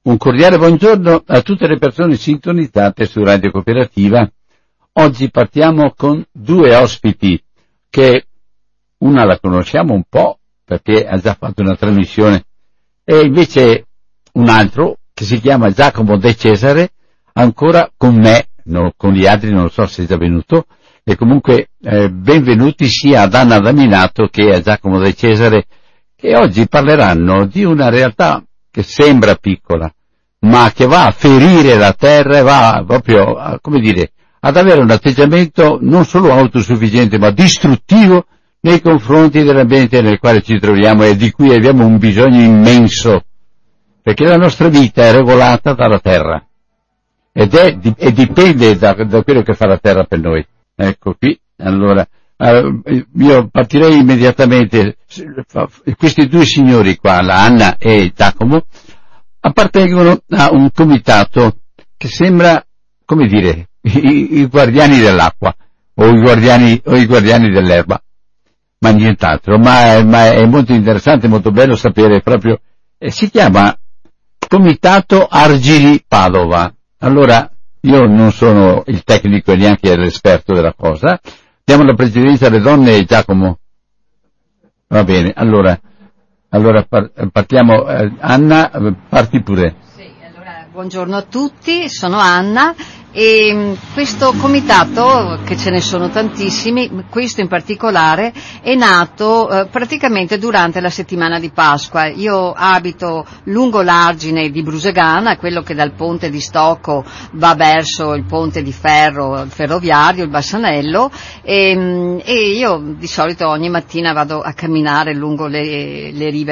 Un cordiale buongiorno a tutte le persone sintonizzate su Radio Cooperativa. Oggi partiamo con due ospiti che una la conosciamo un po' perché ha già fatto una trasmissione e invece un altro che si chiama Giacomo De Cesare, ancora con me, no, con gli altri non so se è già venuto, e comunque benvenuti sia ad Anna Daminato che a Giacomo De Cesare, che oggi parleranno di una realtà che sembra piccola, ma che va a ferire la terra e va proprio a, come dire, ad avere un atteggiamento non solo autosufficiente ma distruttivo nei confronti dell'ambiente nel quale ci troviamo e di cui abbiamo un bisogno immenso, perché la nostra vita è regolata dalla terra e dipende da quello che fa la terra per noi. Ecco qui, allora io partirei immediatamente. Questi due signori qua, la Anna e Giacomo, appartengono a un comitato che sembra, come dire, i guardiani dell'acqua o i guardiani dell'erba, ma nient'altro. Ma è molto interessante, molto bello sapere proprio. Si chiama Comitato Argini Padova. Allora, io non sono il tecnico e neanche l'esperto della cosa. Diamo la precedenza alle donne, Giacomo. Va bene, allora partiamo. Anna, parti pure. Sì, allora buongiorno a tutti, sono Anna e questo comitato, che ce ne sono tantissimi, questo in particolare è nato praticamente durante la settimana di Pasqua. Io abito lungo l'argine di Brusegana, quello che dal ponte di Stocco va verso il ponte di ferro, il ferroviario, il Bassanello, e io di solito ogni mattina vado a camminare lungo le rive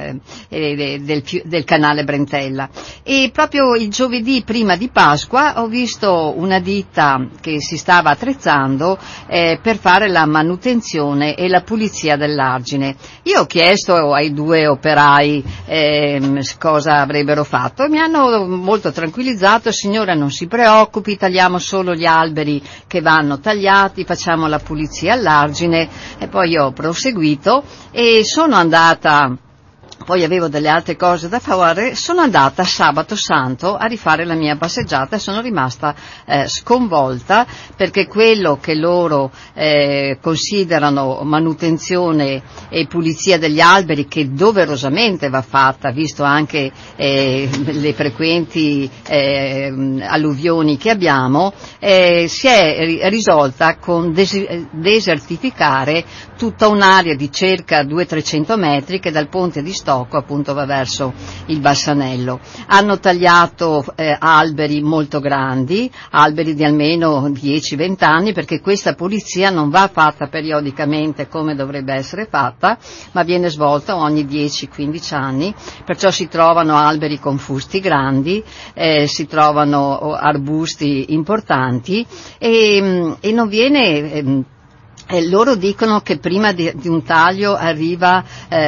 del canale Brentella, e proprio il giovedì prima di Pasqua ho visto una ditta che si stava attrezzando per fare la manutenzione e la pulizia dell'argine. Io ho chiesto ai due operai cosa avrebbero fatto e mi hanno molto tranquillizzato: signora, non si preoccupi, tagliamo solo gli alberi che vanno tagliati, facciamo la pulizia all'argine. E poi io ho proseguito e sono andata. Poi avevo delle altre cose da fare, sono andata sabato santo a rifare la mia passeggiata e sono rimasta sconvolta, perché quello che loro considerano manutenzione e pulizia degli alberi, che doverosamente va fatta, visto anche le frequenti alluvioni che abbiamo, si è risolta con desertificare tutta un'area di circa 200-300 metri che dal ponte di Stocco appunto va verso il Bassanello. Hanno tagliato alberi molto grandi, alberi di almeno 10-20 anni, perché questa pulizia non va fatta periodicamente come dovrebbe essere fatta, ma viene svolta ogni 10-15 anni, perciò si trovano alberi con fusti grandi, si trovano arbusti importanti e non viene. Loro dicono che prima di un taglio arriva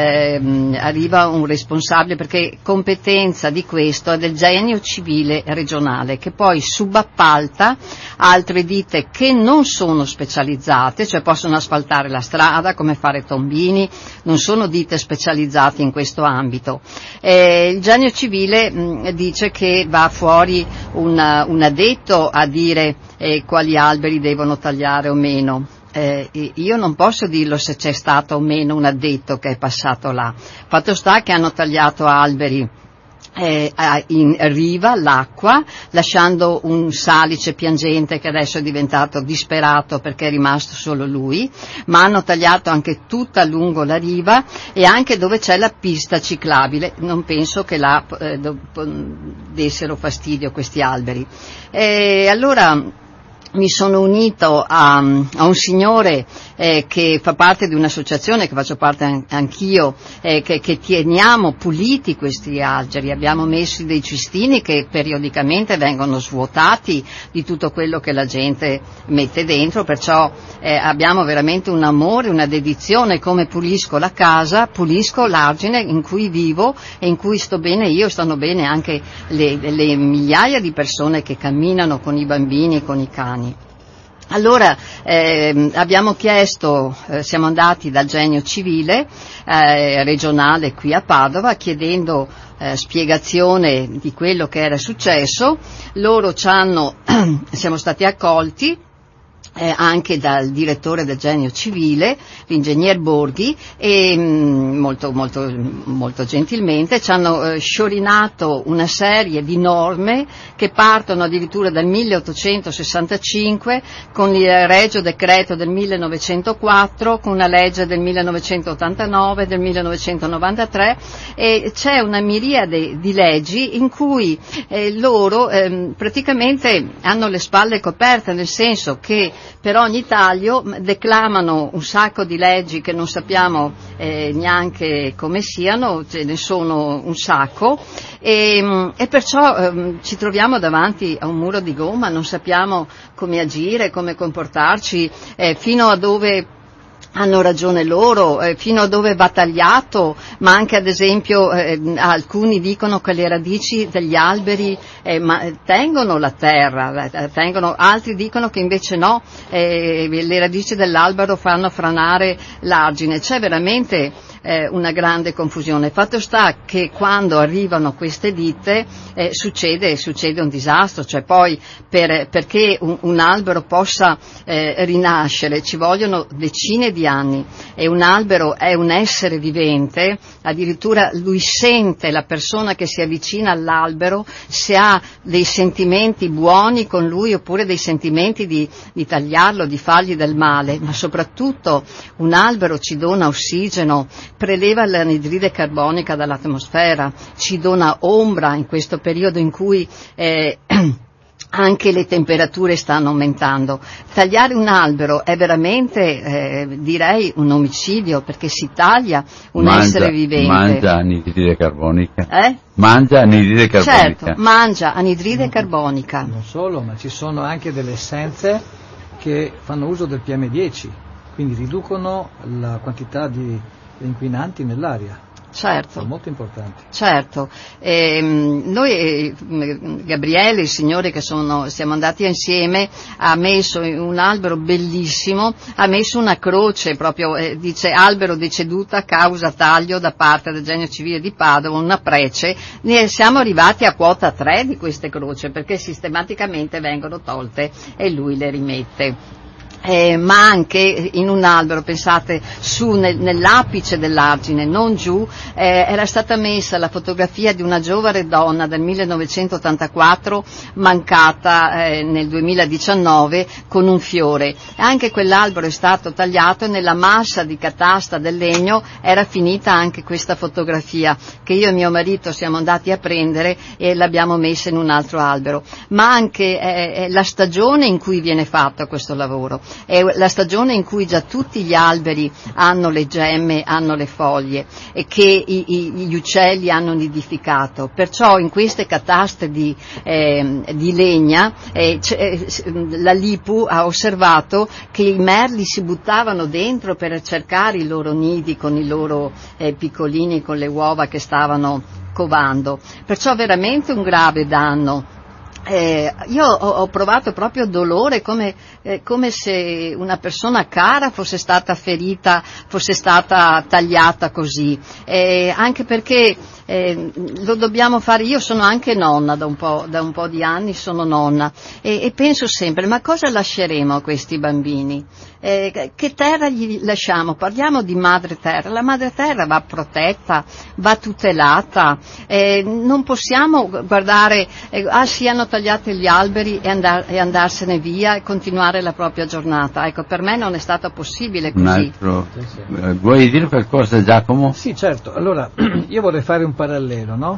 un responsabile, perché competenza di questo è del genio civile regionale, che poi subappalta altre ditte che non sono specializzate, cioè possono asfaltare la strada come fare tombini, non sono ditte specializzate in questo ambito. Il genio civile dice che va fuori un addetto a dire quali alberi devono tagliare o meno. Io non posso dirlo se c'è stato o meno un addetto che è passato là. Fatto sta che hanno tagliato alberi in riva all'acqua, lasciando un salice piangente che adesso è diventato disperato perché è rimasto solo lui, ma hanno tagliato anche tutta lungo la riva e anche dove c'è la pista ciclabile. Non penso che là dessero fastidio questi alberi. Allora mi sono unito a un signore che fa parte di un'associazione, che faccio parte anch'io, che teniamo puliti questi alberi. Abbiamo messo dei cestini che periodicamente vengono svuotati di tutto quello che la gente mette dentro, perciò abbiamo veramente un amore, una dedizione. Come pulisco la casa, pulisco l'argine in cui vivo e in cui sto bene io, stanno bene anche le migliaia di persone che camminano con i bambini, con i cani. Allora abbiamo chiesto, siamo andati dal genio civile regionale qui a Padova chiedendo spiegazione di quello che era successo. Loro siamo stati accolti anche dal direttore del Genio Civile, l'ingegner Borghi, e molto gentilmente ci hanno sciorinato una serie di norme che partono addirittura dal 1865 con il Regio Decreto del 1904, con una legge del 1989, del 1993, e c'è una miriade di leggi in cui loro praticamente hanno le spalle coperte, nel senso che per ogni taglio declamano un sacco di leggi che non sappiamo neanche come siano, ce ne sono un sacco, e perciò ci troviamo davanti a un muro di gomma, non sappiamo come agire, come comportarci, fino a dove hanno ragione loro, fino a dove va tagliato, ma anche ad esempio alcuni dicono che le radici degli alberi tengono la terra, altri dicono che invece no, le radici dell'albero fanno franare l'argine. C'è veramente una grande confusione. Fatto sta che quando arrivano queste ditte succede un disastro, cioè poi perché un albero possa rinascere ci vogliono decine di anni, e un albero è un essere vivente, addirittura lui sente, la persona che si avvicina all'albero, se ha dei sentimenti buoni con lui oppure dei sentimenti di tagliarlo, di fargli del male, ma soprattutto un albero ci dona ossigeno, preleva l'anidride carbonica dall'atmosfera, ci dona ombra in questo periodo in cui anche le temperature stanno aumentando. Tagliare un albero è veramente, direi, un omicidio, perché si taglia un essere vivente. Mangia anidride carbonica. Mangia anidride carbonica. Certo, mangia anidride carbonica. Non solo, ma ci sono anche delle essenze che fanno uso del PM10, quindi riducono la quantità di inquinanti nell'aria. Certo. Sono molto importanti. Certo. Noi, Gabriele, il signore che siamo andati insieme, ha messo un albero bellissimo, ha messo una croce proprio, dice albero deceduta a causa taglio da parte del Genio Civile di Padova, una prece. Ne siamo arrivati a quota 3 di queste croci, perché sistematicamente vengono tolte e lui le rimette. Ma anche in un albero, pensate, nell'apice dell'argine, non giù, era stata messa la fotografia di una giovane donna del 1984 mancata nel 2019 con un fiore. Anche quell'albero è stato tagliato e nella massa di catasta del legno era finita anche questa fotografia, che io e mio marito siamo andati a prendere e l'abbiamo messa in un altro albero. Ma anche la stagione in cui viene fatto questo lavoro. È la stagione in cui già tutti gli alberi hanno le gemme, hanno le foglie, e che gli uccelli hanno nidificato. Perciò in queste cataste di legna la Lipu ha osservato che i merli si buttavano dentro per cercare i loro nidi con i loro piccolini, con le uova che stavano covando. Perciò veramente un grave danno. Io ho provato proprio dolore, come se una persona cara fosse stata ferita, fosse stata tagliata così, anche perché lo dobbiamo fare. Io sono anche nonna da un po' di anni, sono nonna, e penso sempre, ma cosa lasceremo a questi bambini? Che terra gli lasciamo? Parliamo di madre terra. La madre terra va protetta, va tutelata, non possiamo guardare sì, hanno tagliato gli alberi e andarsene via e continuare la propria giornata. Ecco, per me non è stato possibile così. Un altro. Vuoi dire qualcosa, Giacomo? Sì, certo. Allora, io vorrei fare un parallelo, no?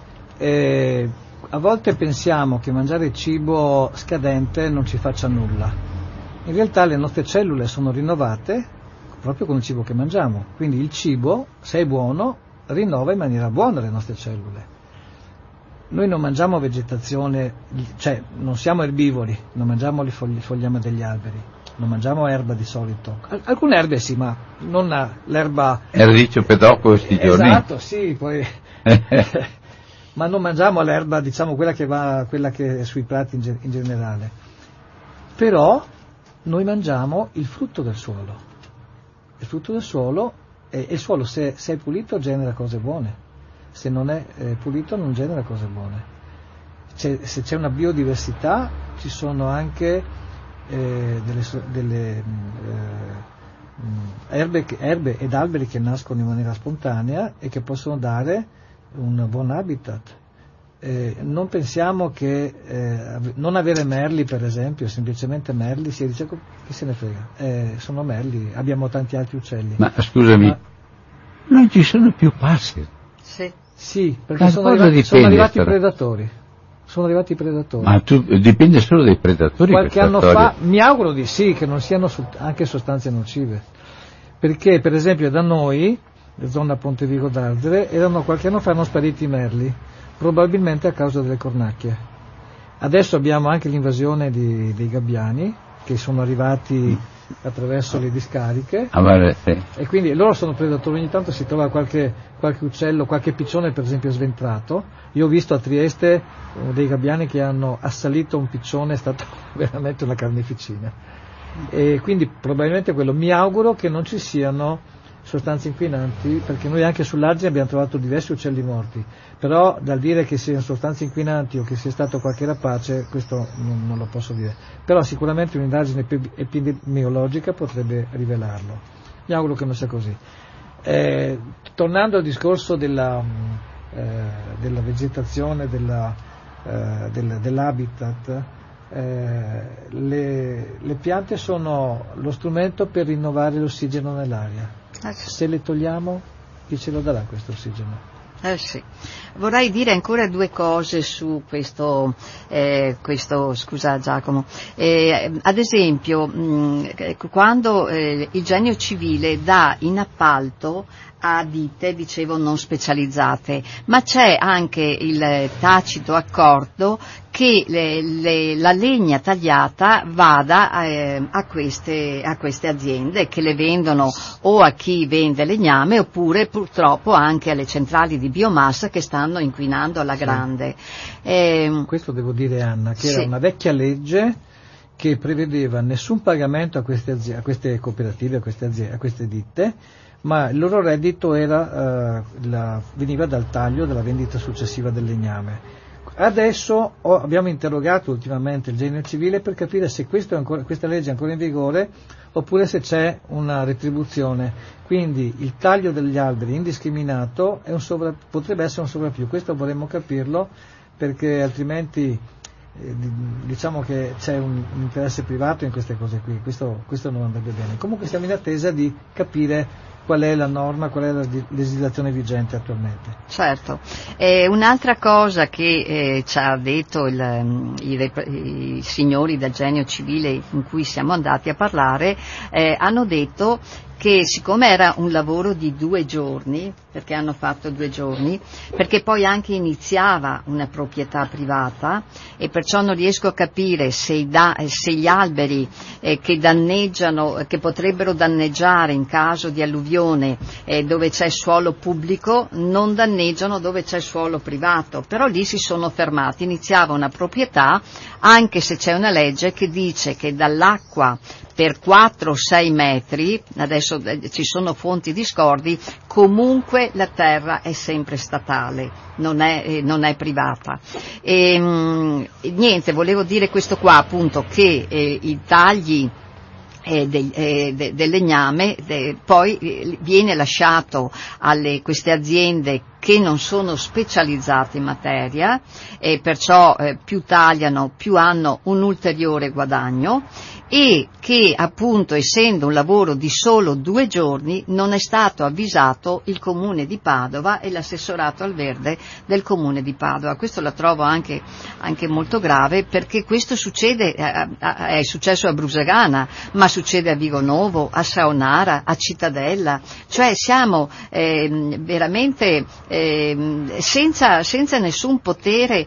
A volte pensiamo che mangiare cibo scadente non ci faccia nulla. In realtà le nostre cellule sono rinnovate proprio con il cibo che mangiamo, quindi il cibo, se è buono, rinnova in maniera buona le nostre cellule. Noi non mangiamo vegetazione, cioè non siamo erbivori, non mangiamo le fogliame degli alberi, non mangiamo erba di solito. Alcune erbe sì, ma non l'erba... Erbiccio pedocco questi giorni. Esatto, sì, poi... ma non mangiamo l'erba, diciamo, quella che è sui prati in generale. Però noi mangiamo il frutto del suolo. Il frutto del suolo, e il suolo se è pulito genera cose buone. se non è pulito non genera cose buone. Se c'è una biodiversità ci sono anche delle erbe ed alberi che nascono in maniera spontanea e che possono dare un buon habitat. Non pensiamo che non avere merli, per esempio, semplicemente merli, si dice chi se ne frega, sono merli, abbiamo tanti altri uccelli. Ma scusami, non ci sono più passi. Sì, perché sono arrivati i predatori. Sono arrivati i predatori. Ma dipende solo dai predatori. Qualche anno fa, mi auguro di sì, che non siano anche sostanze nocive. Perché, per esempio, da noi, la zona Ponte Vigo d'Ardere, qualche anno fa erano spariti i merli, probabilmente a causa delle cornacchie. Adesso abbiamo anche l'invasione dei gabbiani, che sono arrivati attraverso le discariche, e quindi loro sono predatori. Ogni tanto si trova qualche uccello, qualche piccione per esempio sventrato. Io ho visto a Trieste dei gabbiani che hanno assalito un piccione, è stata veramente una carneficina, e quindi probabilmente quello. Mi auguro che non ci siano sostanze inquinanti, perché noi anche sull'Argine abbiamo trovato diversi uccelli morti, però dal dire che siano sostanze inquinanti o che sia stato qualche rapace, questo non lo posso dire, però sicuramente un'indagine epidemiologica potrebbe rivelarlo. Mi auguro che non sia così. Tornando al discorso della vegetazione, dell'habitat, le piante sono lo strumento per rinnovare l'ossigeno nell'aria. Se le togliamo, chi ce lo darà questo ossigeno? Sì. Vorrei dire ancora due cose su questo, scusa Giacomo, ad esempio quando il Genio Civile dà in appalto a ditte, dicevo, non specializzate, ma c'è anche il tacito accordo che la legna tagliata vada a queste aziende che le vendono o a chi vende legname, oppure purtroppo anche alle centrali di biomassa che stanno inquinando alla grande. Questo devo dire, Anna, che era una vecchia legge che prevedeva nessun pagamento a queste cooperative, a queste ditte, ma il loro reddito veniva dal taglio della vendita successiva del legname. Adesso abbiamo interrogato ultimamente il Genio Civile per capire se questa legge è ancora in vigore oppure se c'è una retribuzione. Quindi il taglio degli alberi indiscriminato potrebbe essere un sovrappiù. Questo vorremmo capirlo, perché altrimenti diciamo che c'è un interesse privato in queste cose qui. Questo non andrebbe bene. Comunque siamo in attesa di capire qual è la norma, qual è la legislazione vigente attualmente. Certo. Un'altra cosa che ci ha detto i signori del Genio Civile in cui siamo andati a parlare, hanno detto che siccome era un lavoro di 2 giorni, perché hanno fatto 2 giorni, perché poi anche iniziava una proprietà privata, e perciò non riesco a capire se gli alberi che danneggiano, che potrebbero danneggiare in caso di alluvione dove c'è suolo pubblico, non danneggiano dove c'è suolo privato, però lì si sono fermati. Iniziava una proprietà, anche se c'è una legge che dice che dall'acqua per 4 o 6 metri, adesso ci sono fonti discordi, comunque la terra è sempre statale, non è privata. Niente, volevo dire questo qua, appunto, che i tagli del legname poi viene lasciato queste aziende che non sono specializzate in materia, e perciò più tagliano più hanno un ulteriore guadagno, e che appunto, essendo un lavoro di solo 2 giorni, non è stato avvisato il Comune di Padova e l'assessorato al verde del Comune di Padova. Questo la trovo anche molto grave, perché questo succede, è successo a Brusagana, ma succede a Vigonovo, a Saonara, a Cittadella, cioè siamo veramente senza nessun potere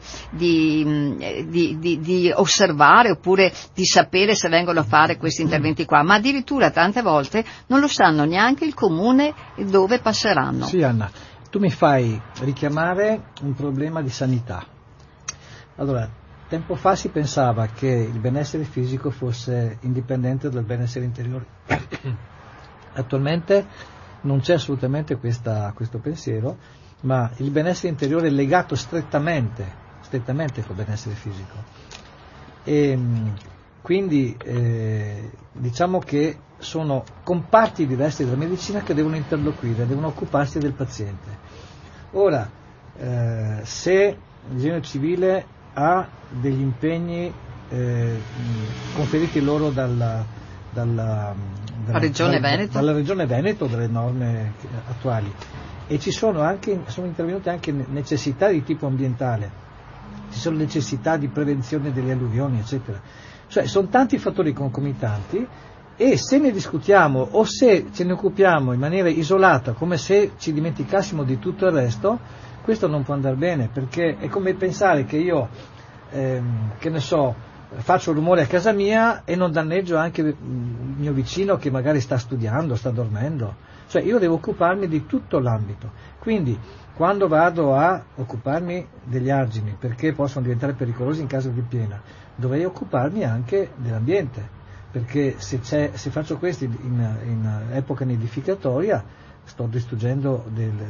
di osservare oppure di sapere se vengono a fare questi interventi qua, ma addirittura tante volte non lo sanno neanche il comune dove passeranno. Sì, Anna, tu mi fai richiamare un problema di sanità. Allora, tempo fa si pensava che il benessere fisico fosse indipendente dal benessere interiore. Attualmente non c'è assolutamente questo pensiero, ma il benessere interiore è legato strettamente col benessere fisico. E quindi diciamo che sono comparti diversi della medicina che devono interloquire, devono occuparsi del paziente. Ora, se il genio civile ha degli impegni conferiti loro dalla Regione Veneto, dalle norme attuali, e sono intervenute anche necessità di tipo ambientale, ci sono necessità di prevenzione delle alluvioni, eccetera. Cioè sono tanti fattori concomitanti, e se ne discutiamo o se ce ne occupiamo in maniera isolata, come se ci dimenticassimo di tutto il resto, questo non può andare bene, perché è come pensare che io, che ne so, faccio rumore a casa mia e non danneggio anche il mio vicino che magari sta studiando, sta dormendo. Cioè io devo occuparmi di tutto l'ambito. Quindi quando vado a occuparmi degli argini, perché possono diventare pericolosi in caso di piena, dovrei occuparmi anche dell'ambiente, perché se faccio questo in epoca nidificatoria sto distruggendo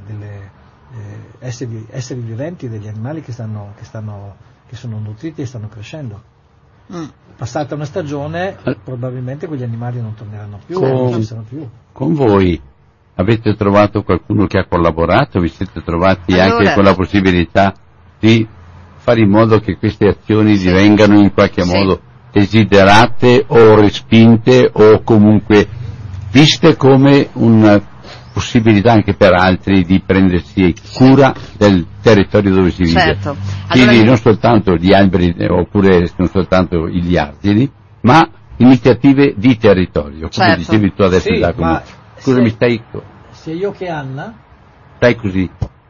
esseri viventi, degli animali che sono nutriti e stanno crescendo. Passata una stagione probabilmente quegli animali non torneranno più, non ci saranno più. Con voi avete trovato qualcuno che ha collaborato? Vi siete trovati anche con la possibilità di fare in modo che queste azioni divengano in qualche modo desiderate o respinte, o comunque viste come una possibilità anche per altri di prendersi cura del territorio dove si vive? Certo. Quindi non soltanto gli alberi oppure non soltanto gli argini, ma iniziative di territorio, come dicevi tu adesso, Giacomo. Scusami, sia io che Anna stai così.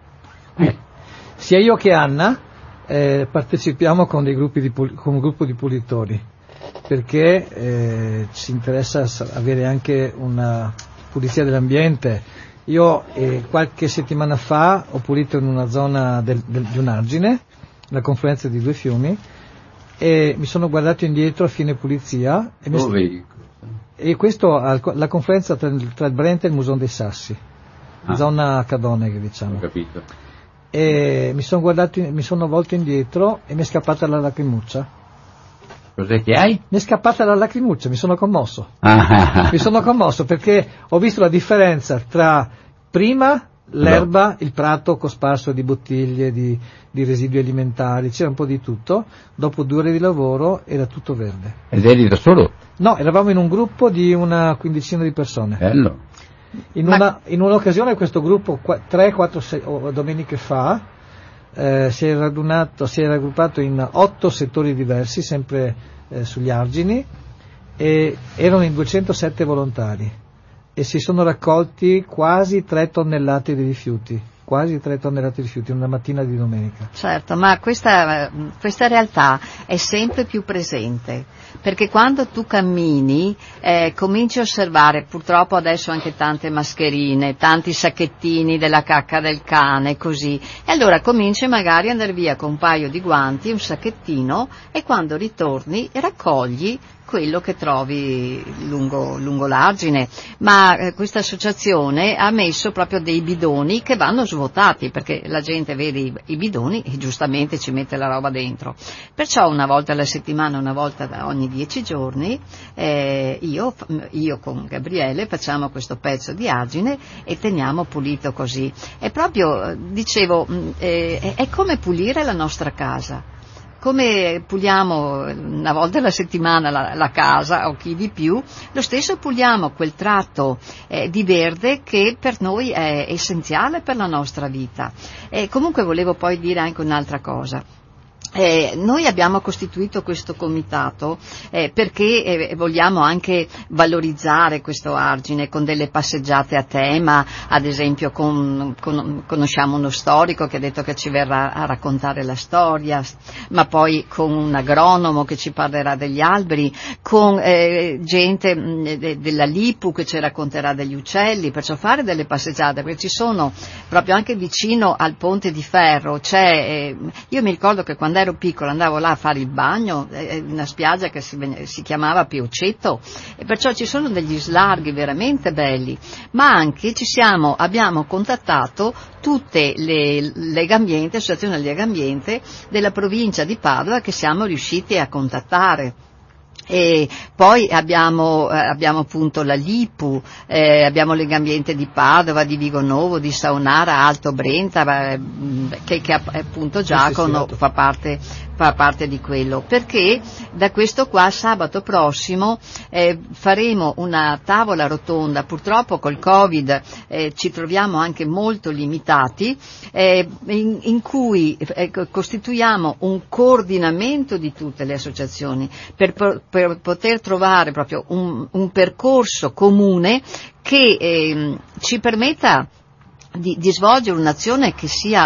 Sia io che Anna partecipiamo con un gruppo di pulitori, perché ci interessa avere anche una pulizia dell'ambiente. Io qualche settimana fa ho pulito in una zona di un argine, la confluenza di 2 fiumi, e mi sono guardato indietro a fine pulizia e questo la confluenza tra il Brenta e il Musone dei Sassi, zona Cadoneghe, diciamo. Ho capito. E mi sono volto indietro e mi è scappata la lacrimuccia. Cos'è che hai? Mi è scappata la lacrimuccia, mi sono commosso. Mi sono commosso perché ho visto la differenza tra prima l'erba, il prato cosparso di bottiglie, di residui alimentari, c'era un po' di tutto, dopo 2 ore di lavoro era tutto verde. Ed eri da solo? No, eravamo in un gruppo di una quindicina di persone. Bello. In un'occasione questo gruppo, 3-4 domeniche fa, si è raggruppato in 8 settori diversi, sempre sugli argini, e erano in 207 volontari, e si sono raccolti quasi 3 tonnellate di rifiuti in una mattina di domenica. Certo, ma questa realtà è sempre più presente, perché quando tu cammini cominci a osservare, purtroppo adesso anche tante mascherine, tanti sacchettini della cacca del cane, così, e allora cominci magari ad andare via con un paio di guanti, un sacchettino, e quando ritorni raccogli quello che trovi lungo l'argine. Ma questa associazione ha messo proprio dei bidoni che vanno svuotati, perché la gente vede i bidoni e giustamente ci mette la roba dentro. Perciò una volta alla settimana, una volta ogni 10 giorni, io con Gabriele facciamo questo pezzo di argine e teniamo pulito così. È proprio, dicevo, è come pulire la nostra casa. Come puliamo una volta alla settimana la casa, o chi di più, lo stesso puliamo quel tratto di verde che per noi è essenziale per la nostra vita. Comunque volevo poi dire anche un'altra cosa. Noi abbiamo costituito questo comitato perché vogliamo anche valorizzare questo argine con delle passeggiate a tema, ad esempio conosciamo uno storico che ha detto che ci verrà a raccontare la storia, ma poi con un agronomo che ci parlerà degli alberi, con gente della Lipu che ci racconterà degli uccelli, perciò fare delle passeggiate, perché ci sono proprio anche vicino al Ponte di Ferro, io mi ricordo che quando quando ero piccola andavo là a fare il bagno, una spiaggia che si chiamava Pioceto, e perciò ci sono degli slarghi veramente belli, ma anche abbiamo contattato tutte le Legambiente, associazioni Legambiente della provincia di Padova, che siamo riusciti a contattare. E poi abbiamo appunto la Lipu, abbiamo Legambiente di Padova, di Vigonovo, di Saonara, Alto Brenta, che appunto Giacomo fa parte di quello, perché da questo qua sabato prossimo faremo una tavola rotonda. Purtroppo col Covid ci troviamo anche molto limitati, in cui costituiamo un coordinamento di tutte le associazioni per poter trovare proprio un percorso comune che ci permetta di svolgere un'azione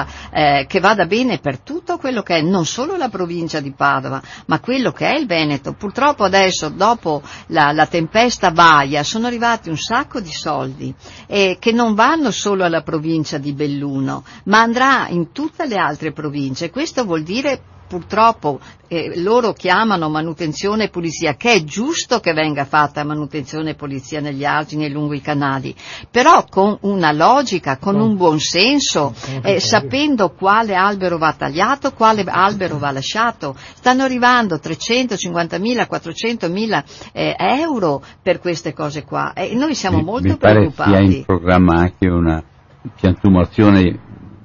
che vada bene per tutto quello che è non solo la provincia di Padova, ma quello che è il Veneto. Purtroppo adesso, dopo la tempesta Vaia, sono arrivati un sacco di soldi che non vanno solo alla provincia di Belluno, ma andrà in tutte le altre province. Questo vuol dire, purtroppo loro chiamano manutenzione e pulizia, che è giusto che venga fatta manutenzione e pulizia negli argini e lungo i canali, però con una logica, con un buon senso, sapendo quale albero va tagliato, quale albero va lasciato. Stanno arrivando 350.000, 400.000 euro per queste cose qua, e noi siamo molto preoccupati. Mi pare sia in programma anche una piantumazione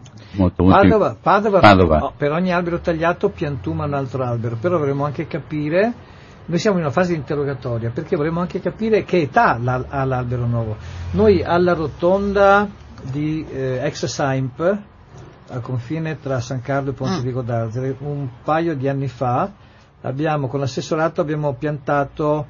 Padova. Per ogni albero tagliato piantuma un altro albero, però vorremmo anche capire, noi siamo in una fase interrogatoria, perché vorremmo anche capire che età ha l'albero nuovo. Noi alla rotonda di ex Saimp, al confine tra San Carlo e Ponte Vigo d'Arzere, un paio di anni fa con l'assessorato abbiamo piantato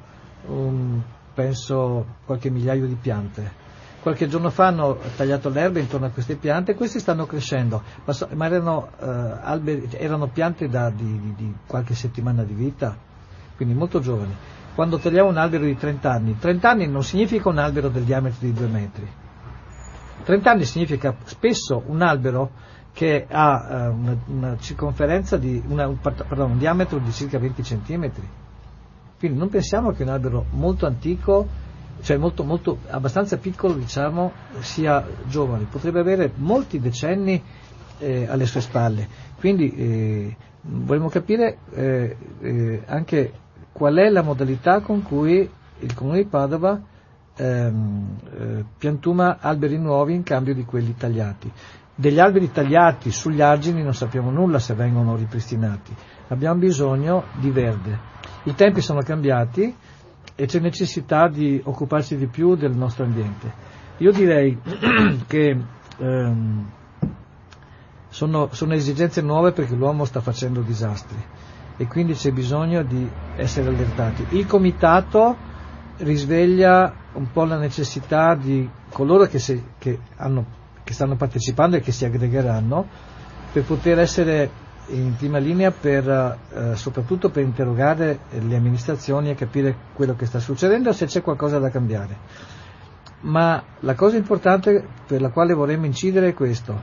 penso qualche migliaio di piante. Qualche giorno fa hanno tagliato l'erba intorno a queste piante e queste stanno crescendo, ma erano piante di qualche settimana di vita, quindi molto giovani. Quando tagliamo un albero di 30 anni non significa un albero del diametro di 2 metri. 30 anni significa spesso un albero che ha una circonferenza un diametro di circa 20 centimetri. Quindi non pensiamo che un albero molto antico, cioè molto abbastanza piccolo, diciamo, sia giovane, potrebbe avere molti decenni alle sue spalle. Quindi vorremmo capire anche qual è la modalità con cui il Comune di Padova piantuma alberi nuovi in cambio di quelli tagliati. Degli alberi tagliati sugli argini non sappiamo nulla se vengono ripristinati, abbiamo bisogno di verde. I tempi sono cambiati e c'è necessità di occuparsi di più del nostro ambiente. Io direi che sono esigenze nuove, perché l'uomo sta facendo disastri e quindi c'è bisogno di essere allertati. Il comitato risveglia un po' la necessità di coloro che stanno partecipando e che si aggregheranno, per poter essere in prima linea, soprattutto per interrogare le amministrazioni e capire quello che sta succedendo, se c'è qualcosa da cambiare. Ma la cosa importante per la quale vorremmo incidere è questo: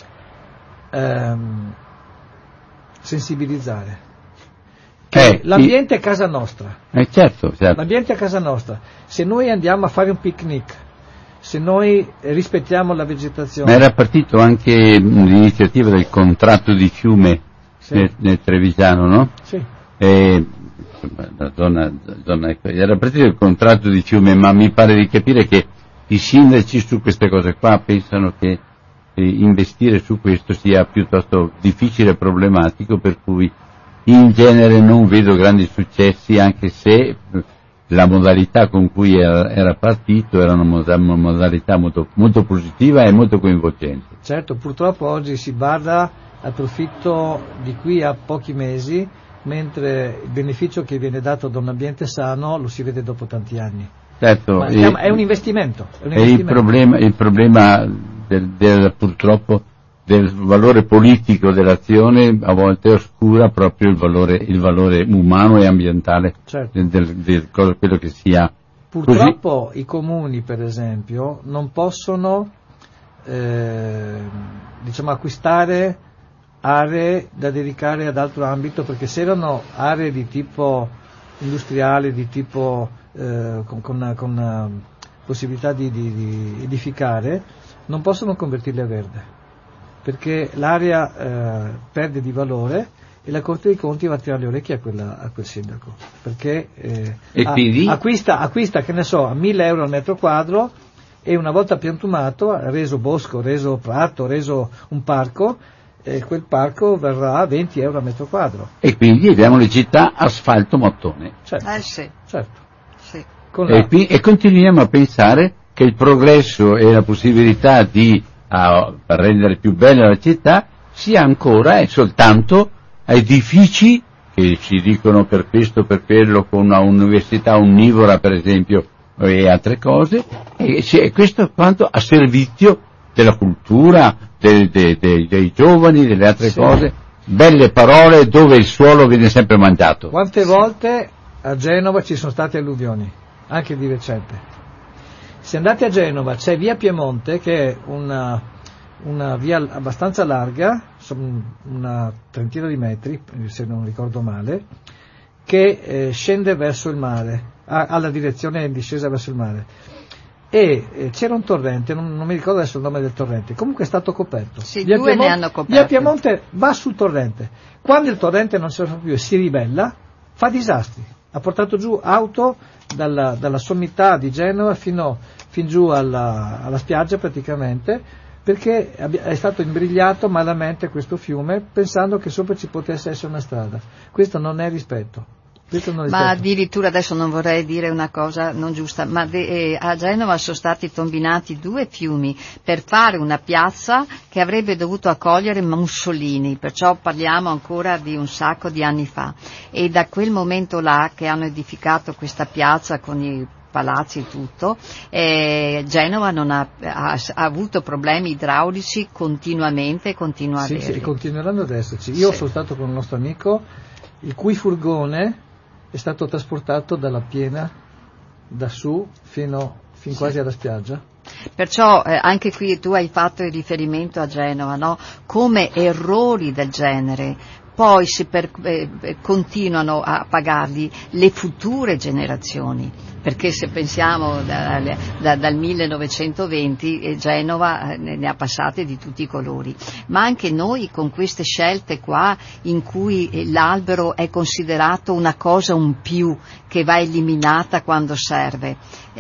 sensibilizzare. L'ambiente è casa nostra. Certo. L'ambiente è casa nostra. Se noi andiamo a fare un picnic, se noi rispettiamo la vegetazione. Ma era partito anche l'iniziativa del contratto di fiume. Sì. Nel Trevigiano, no? Sì. La zona, era partito il contratto di fiume, ma mi pare di capire che i sindaci su queste cose qua pensano che investire su questo sia piuttosto difficile e problematico, per cui in genere non vedo grandi successi, anche se la modalità con cui era partito era una modalità molto, molto positiva e molto coinvolgente. Certo, purtroppo oggi si bada al profitto di qui a pochi mesi, mentre il beneficio che viene dato da un ambiente sano lo si vede dopo tanti anni. Certo, è un investimento. Il problema purtroppo del valore politico dell'azione a volte oscura proprio il valore umano e ambientale, certo, di quello che sia. Purtroppo così. I comuni, per esempio, non possono acquistare aree da dedicare ad altro ambito, perché se erano aree di tipo industriale, di tipo con possibilità di edificare, non possono convertirle a verde, perché l'area perde di valore e la Corte dei Conti va a tirare le orecchie a quel sindaco, perché quindi? acquista, che ne so, a 1.000 euro al metro quadro, e una volta piantumato, reso bosco, reso prato, reso un parco, quel parco verrà a 20 euro al metro quadro. E quindi abbiamo le città asfalto mattone. Certo, sì. certo. Sì. E continuiamo a pensare che il progresso e la possibilità per rendere più bella la città sia ancora e soltanto edifici che ci dicono per questo, per quello, con una università onnivora per esempio e altre cose, e questo quanto a servizio della cultura, dei giovani, delle altre cose, belle parole dove il suolo viene sempre mangiato. Quante volte a Genova ci sono state alluvioni, anche di recente. Se andate a Genova c'è via Piemonte, che è una via abbastanza larga, una trentina di metri, se non ricordo male, che scende verso il mare, alla direzione in discesa verso il mare. E c'era un torrente, non mi ricordo adesso il nome del torrente, comunque è stato coperto. Sì, due ne hanno coperto. Via Piemonte va sul torrente. Quando il torrente non si fa più e si ribella, fa disastri. Ha portato giù auto dalla sommità di Genova fin giù alla spiaggia praticamente, perché è stato imbrigliato malamente questo fiume, pensando che sopra ci potesse essere una strada. Questo non è rispetto. Ma addirittura, adesso non vorrei dire una cosa non giusta, ma a Genova sono stati tombinati 2 fiumi per fare una piazza che avrebbe dovuto accogliere Mussolini, perciò parliamo ancora di un sacco di anni fa, e da quel momento là che hanno edificato questa piazza con i palazzi e tutto, Genova non ha avuto problemi idraulici continuamente e continua a averli. Sì, continueranno ad esserci. Io sono stato con un nostro amico, il cui furgone è stato trasportato dalla piena da su fin quasi alla spiaggia. Perciò anche qui tu hai fatto il riferimento a Genova, no? Come errori del genere poi continuano a pagarli le future generazioni, perché se pensiamo dal 1920 Genova ne ha passate di tutti i colori, ma anche noi con queste scelte qua in cui l'albero è considerato una cosa un più che va eliminata quando serve.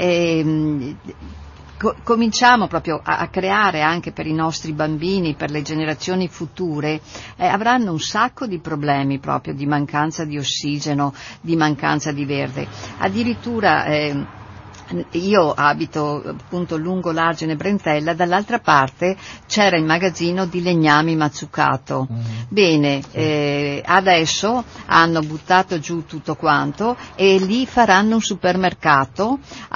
Cominciamo proprio a creare anche per i nostri bambini, per le generazioni future, avranno un sacco di problemi proprio di mancanza di ossigeno, di mancanza di verde. Addirittura io abito appunto lungo l'Argine Brentella, dall'altra parte c'era il magazzino di legnami Mazzucato. Bene, adesso hanno buttato giù tutto quanto e lì faranno un supermercato,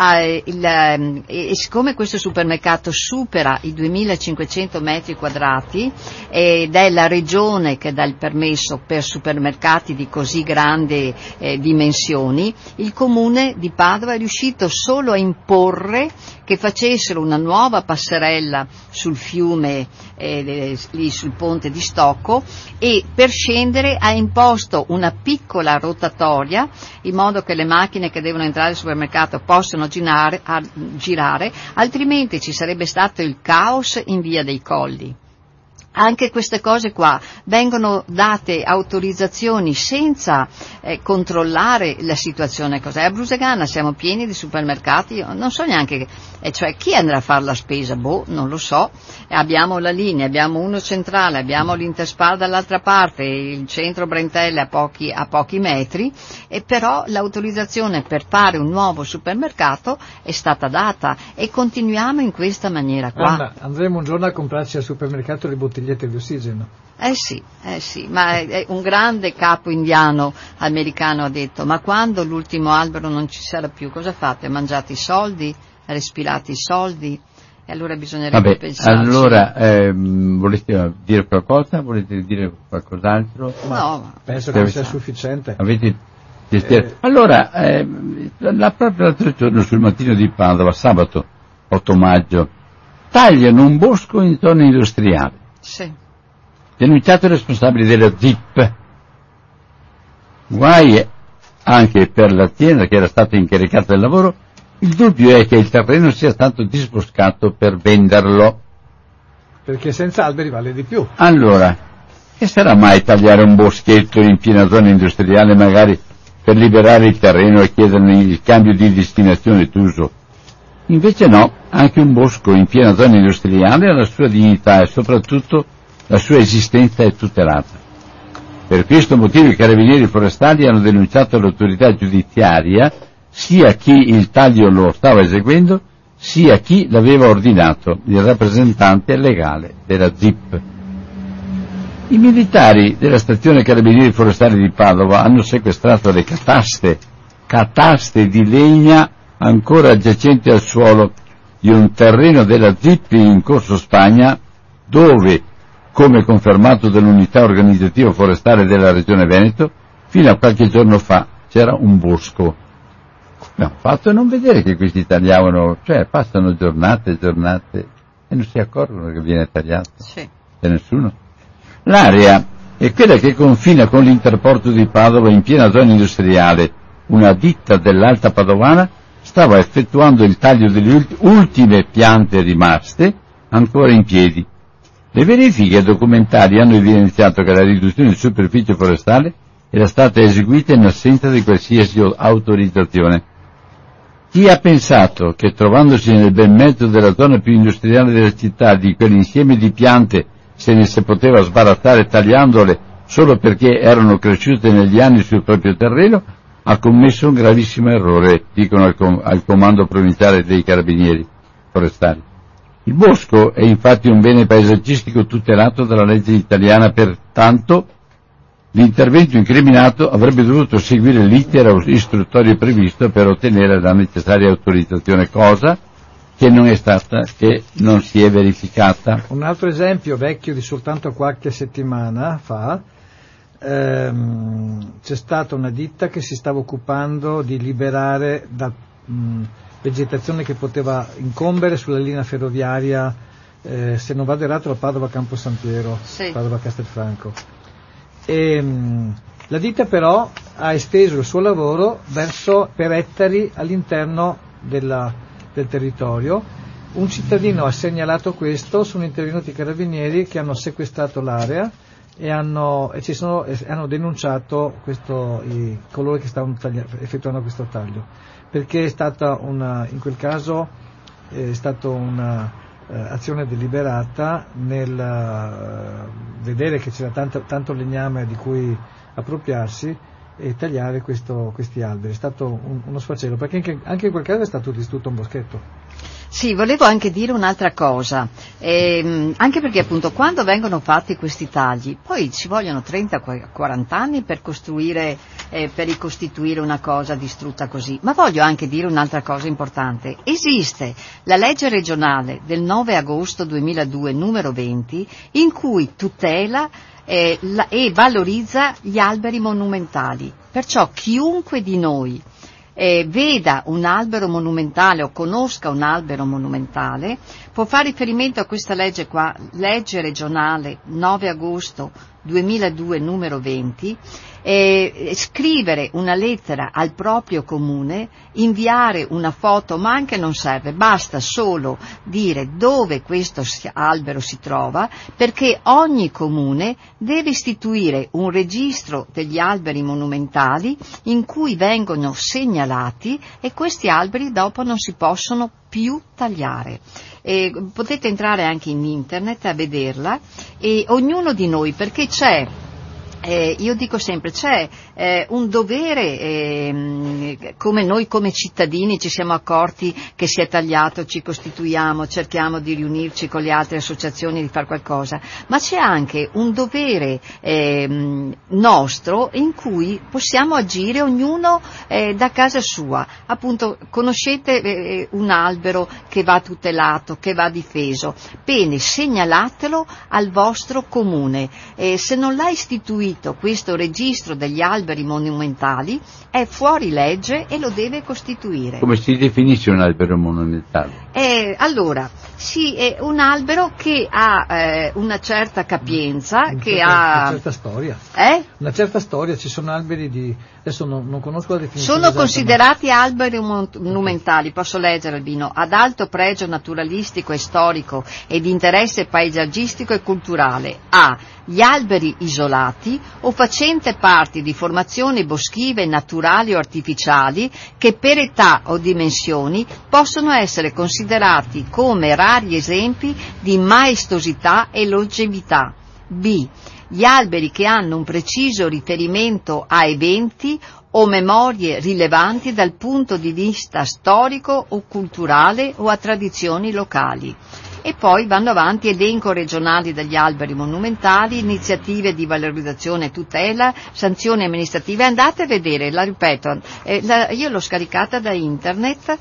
e siccome questo supermercato supera i 2500 metri quadrati ed è la regione che dà il permesso per supermercati di così grandi dimensioni, il comune di Padova è riuscito solo a imporre che facessero una nuova passerella sul fiume, lì sul ponte di Stocco, e per scendere ha imposto una piccola rotatoria in modo che le macchine che devono entrare al supermercato possano girare, altrimenti ci sarebbe stato il caos in via dei Colli. Anche queste cose qua vengono date autorizzazioni senza controllare la situazione. Cos'è? A Brusegana siamo pieni di supermercati, io non so neanche, cioè chi andrà a fare la spesa? Non lo so. Abbiamo la linea, abbiamo uno centrale, abbiamo l'Interspar dall'altra parte, il centro Brentelle a pochi metri, e però l'autorizzazione per fare un nuovo supermercato è stata data e continuiamo in questa maniera qua. Anna, andremo un giorno a comprarci al supermercato le bottigliette di ossigeno. Sì, ma un grande capo indiano americano ha detto: ma quando l'ultimo albero non ci sarà più, cosa fate? Mangiate i soldi? Respirate i soldi? E allora bisognerebbe pensarci. Allora, volete dire qualcosa? Volete dire qualcos'altro? No, penso che sia sufficiente. Allora, proprio l'altro giorno sul Mattino di Padova, sabato 8 maggio, tagliano un bosco in zona industriale. Sì. denunciato i responsabili della ZIP. Guai anche per l'azienda che era stata incaricata del lavoro. Il dubbio è che il terreno sia stato disboscato per venderlo. Perché senza alberi vale di più. Allora, che sarà mai tagliare un boschetto in piena zona industriale magari per liberare il terreno e chiederne il cambio di destinazione d'uso? Invece no, anche un bosco in piena zona industriale ha la sua dignità e soprattutto la sua esistenza è tutelata. Per questo motivo i carabinieri forestali hanno denunciato all'autorità giudiziaria sia chi il taglio lo stava eseguendo, sia chi l'aveva ordinato, il rappresentante legale della ZIP. I militari della stazione carabinieri forestali di Padova hanno sequestrato le cataste di legna ancora aggiacenti al suolo di un terreno della ZIP in Corso Spagna, dove, come confermato dall'unità organizzativa forestale della regione Veneto, fino a qualche giorno fa c'era un bosco. Abbiamo fatto a non vedere che questi tagliavano, cioè passano giornate e giornate e non si accorgono che viene tagliato. Sì. Da nessuno. L'area è quella che confina con l'Interporto di Padova in piena zona industriale. Una ditta dell'Alta Padovana stava effettuando il taglio delle ultime piante rimaste ancora in piedi. Le verifiche documentali hanno evidenziato che la riduzione di superficie forestale era stata eseguita in assenza di qualsiasi autorizzazione. Chi ha pensato che trovandosi nel bel mezzo della zona più industriale della città di quell'insieme di piante se ne si poteva sbarazzare tagliandole solo perché erano cresciute negli anni sul proprio terreno, ha commesso un gravissimo errore, dicono al comando provinciale dei carabinieri forestali. Il bosco è infatti un bene paesaggistico tutelato dalla legge italiana, pertanto l'intervento incriminato avrebbe dovuto seguire l'iter istruttorio previsto per ottenere la necessaria autorizzazione, cosa che non è stata, che non si è verificata. Un altro esempio vecchio di soltanto qualche settimana fa, c'è stata una ditta che si stava occupando di liberare da vegetazione che poteva incombere sulla linea ferroviaria, se non vado errato, la Padova Campo San Piero, sì. Padova Castelfranco. E la ditta però ha esteso il suo lavoro per ettari all'interno del territorio. Un cittadino ha segnalato questo, sono intervenuti i carabinieri che hanno sequestrato l'area e hanno denunciato coloro che stavano effettuando questo taglio, perché è stata in quel caso è stata una azione deliberata nel vedere che c'era tanto legname di cui appropriarsi e tagliare questi alberi. È stato uno sfacelo, perché anche in quel caso è stato distrutto un boschetto. Sì, volevo anche dire un'altra cosa, anche perché appunto quando vengono fatti questi tagli, poi ci vogliono 30-40 anni per ricostituire una cosa distrutta così, ma voglio anche dire un'altra cosa importante. Esiste la legge regionale del 9 agosto 2002 numero 20 in cui tutela e valorizza gli alberi monumentali, perciò chiunque di noi veda un albero monumentale o conosca un albero monumentale può fare riferimento a questa legge qua, legge regionale 9 agosto 2002 numero 20, scrivere una lettera al proprio comune, inviare una foto, ma anche non serve, basta solo dire dove questo albero si trova, perché ogni comune deve istituire un registro degli alberi monumentali in cui vengono segnalati e questi alberi dopo non si possono più tagliare. Potete entrare anche in internet a vederla, e ognuno di noi, perché c'è io dico sempre, c'è un dovere, come noi come cittadini ci siamo accorti che si è tagliato, ci costituiamo, cerchiamo di riunirci con le altre associazioni, di fare qualcosa, ma c'è anche un dovere nostro in cui possiamo agire ognuno da casa sua. Appunto, conoscete un albero che va tutelato, che va difeso, bene, segnalatelo al vostro comune, se non l'ha istituito istituito questo registro degli alberi monumentali è fuori legge e lo deve costituire. Come si definisce un albero monumentale? Allora, sì, è un albero che ha una certa capienza, una certa storia. Una certa storia, ci sono alberi adesso non conosco la definizione. Sono considerati alberi monumentali, posso leggere Albino, ad alto pregio naturalistico e storico e di interesse paesaggistico e culturale. A. Gli alberi isolati o facente parte di formazioni boschive naturali o artificiali che per età o dimensioni possono essere considerati come rari esempi di maestosità e longevità. B. Gli alberi che hanno un preciso riferimento a eventi o memorie rilevanti dal punto di vista storico o culturale o a tradizioni locali. E poi vanno avanti elenco regionali degli alberi monumentali, iniziative di valorizzazione e tutela, sanzioni amministrative. Andate a vedere, la ripeto, io l'ho scaricata da internet,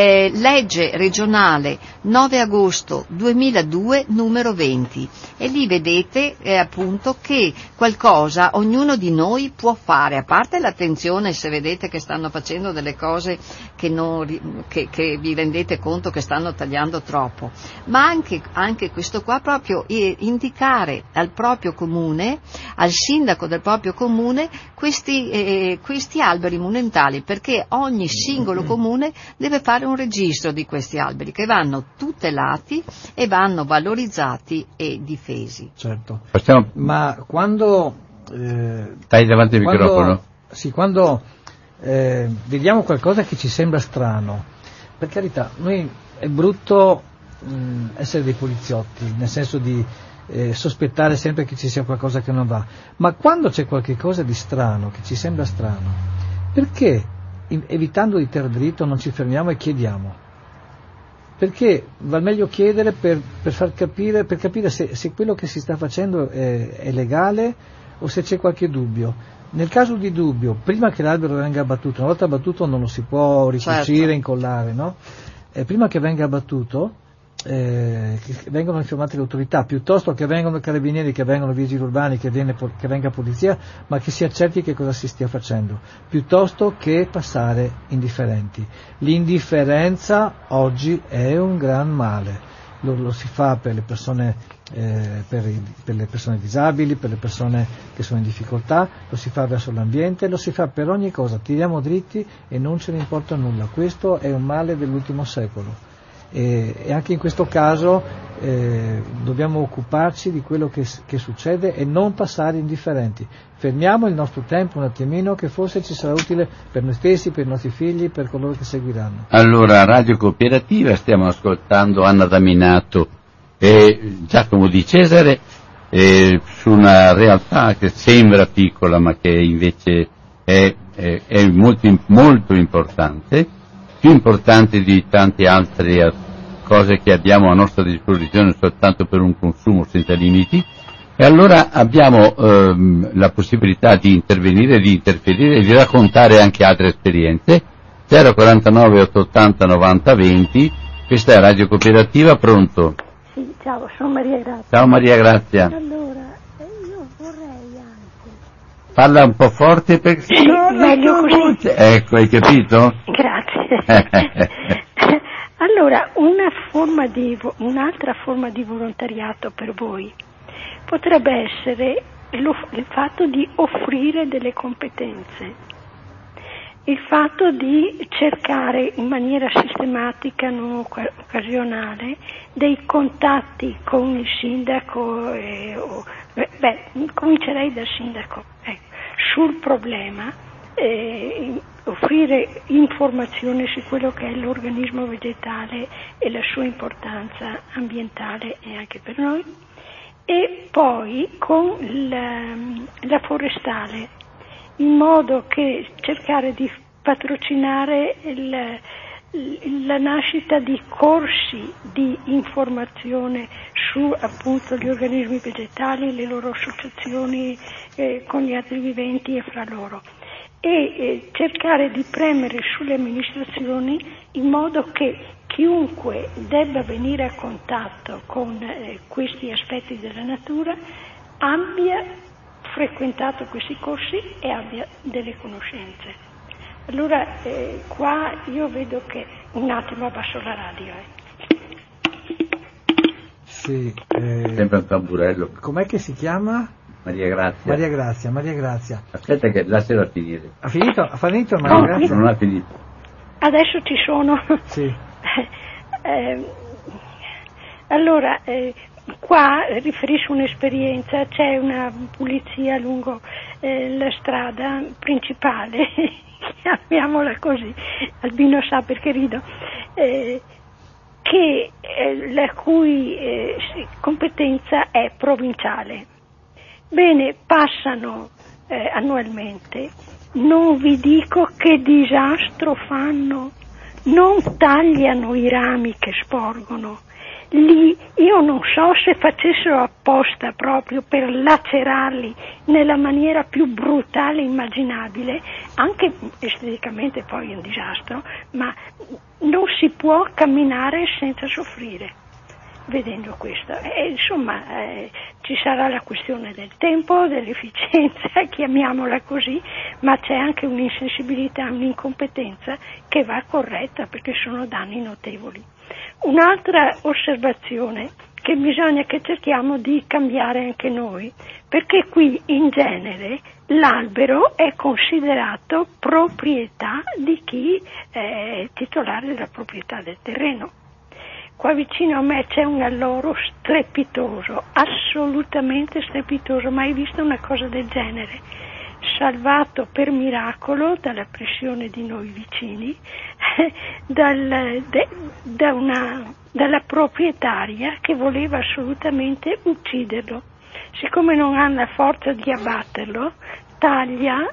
legge regionale 9 agosto 2002 numero 20, e lì vedete appunto che qualcosa ognuno di noi può fare, a parte l'attenzione se vedete che stanno facendo delle cose che vi rendete conto che stanno tagliando troppo, ma anche questo qua proprio indicare al proprio comune, al sindaco del proprio comune questi alberi monumentali, perché ogni singolo comune deve fare un registro di questi alberi che vanno tutelati e vanno valorizzati e difesi. Certo. Ma quando stai davanti al microfono? Sì, quando vediamo qualcosa che ci sembra strano, per carità, noi è brutto essere dei poliziotti, nel senso di sospettare sempre che ci sia qualcosa che non va, ma quando c'è qualche cosa di strano, che ci sembra strano, perché evitando di terre dritto non ci fermiamo e chiediamo? Perché va meglio chiedere per capire se quello che si sta facendo è legale o se c'è qualche dubbio. Nel caso di dubbio, prima che l'albero venga abbattuto, una volta abbattuto non lo si può ricucire, certo, incollare, no? Prima che venga abbattuto che vengono informate le autorità, piuttosto che vengano i carabinieri, che vengono vigili urbani, che venga polizia, ma che si accerti che cosa si stia facendo, piuttosto che passare indifferenti. L'indifferenza oggi è un gran male, lo si fa per le persone per le persone disabili, per le persone che sono in difficoltà, lo si fa verso l'ambiente, lo si fa per ogni cosa, tiriamo dritti e non ce ne importa nulla. Questo è un male dell'ultimo secolo. E anche in questo caso dobbiamo occuparci di quello che succede e non passare indifferenti. Fermiamo il nostro tempo un attimino, che forse ci sarà utile per noi stessi, per i nostri figli, per coloro che seguiranno. Allora, Radio Cooperativa, stiamo ascoltando Anna Daminato e Giacomo Di Cesare su una realtà che sembra piccola ma che invece è molto importante, più importante di tante altre cose che abbiamo a nostra disposizione soltanto per un consumo senza limiti, e allora abbiamo la possibilità di intervenire, di interferire e di raccontare anche altre esperienze. 049 880 90 20, questa è Radio Cooperativa, pronto? Sì, ciao, sono Maria Grazia. Ciao Maria Grazia. Allora, io vorrei anche... Parla un po' forte perché... Sì, meglio così. Ecco, hai capito? Grazie. Allora, un'altra forma di volontariato per voi potrebbe essere il fatto di offrire delle competenze. Il fatto di cercare in maniera sistematica, non occasionale, dei contatti con il sindaco, comincerei dal sindaco, sul problema, offrire informazione su quello che è l'organismo vegetale e la sua importanza ambientale e anche per noi, e poi con la forestale, in modo che cercare di patrocinare la nascita di corsi di informazione su appunto gli organismi vegetali, le loro associazioni con gli altri viventi e fra loro, e cercare di premere sulle amministrazioni in modo che chiunque debba venire a contatto con questi aspetti della natura abbia frequentato questi corsi e abbia delle conoscenze. Allora qua io vedo che un attimo abbasso la radio. Sì, Sempre un tamburello. com'è che si chiama? Maria Grazia. Maria Grazia. Aspetta che lasciala finire. Ha finito Maria No, Grazia? Non ha finito. Adesso ci sono. Sì. Allora, qua riferisco un'esperienza, c'è una pulizia lungo la strada principale, chiamiamola così, Albino sa perché rido, la cui competenza è provinciale. Bene, passano annualmente, non vi dico che disastro fanno, non tagliano i rami che sporgono. Lì io non so se facessero apposta proprio per lacerarli nella maniera più brutale immaginabile, anche esteticamente poi è un disastro, ma non si può camminare senza soffrire vedendo questo. Insomma, ci sarà la questione del tempo, dell'efficienza, chiamiamola così, ma c'è anche un'insensibilità, un'incompetenza che va corretta perché sono danni notevoli. Un'altra osservazione che bisogna che cerchiamo di cambiare anche noi, perché qui in genere l'albero è considerato proprietà di chi è titolare della proprietà del terreno. Qua vicino a me c'è un alloro strepitoso, assolutamente strepitoso, mai visto una cosa del genere, salvato per miracolo dalla pressione di noi vicini, dalla proprietaria che voleva assolutamente ucciderlo. Siccome non ha la forza di abbatterlo, taglia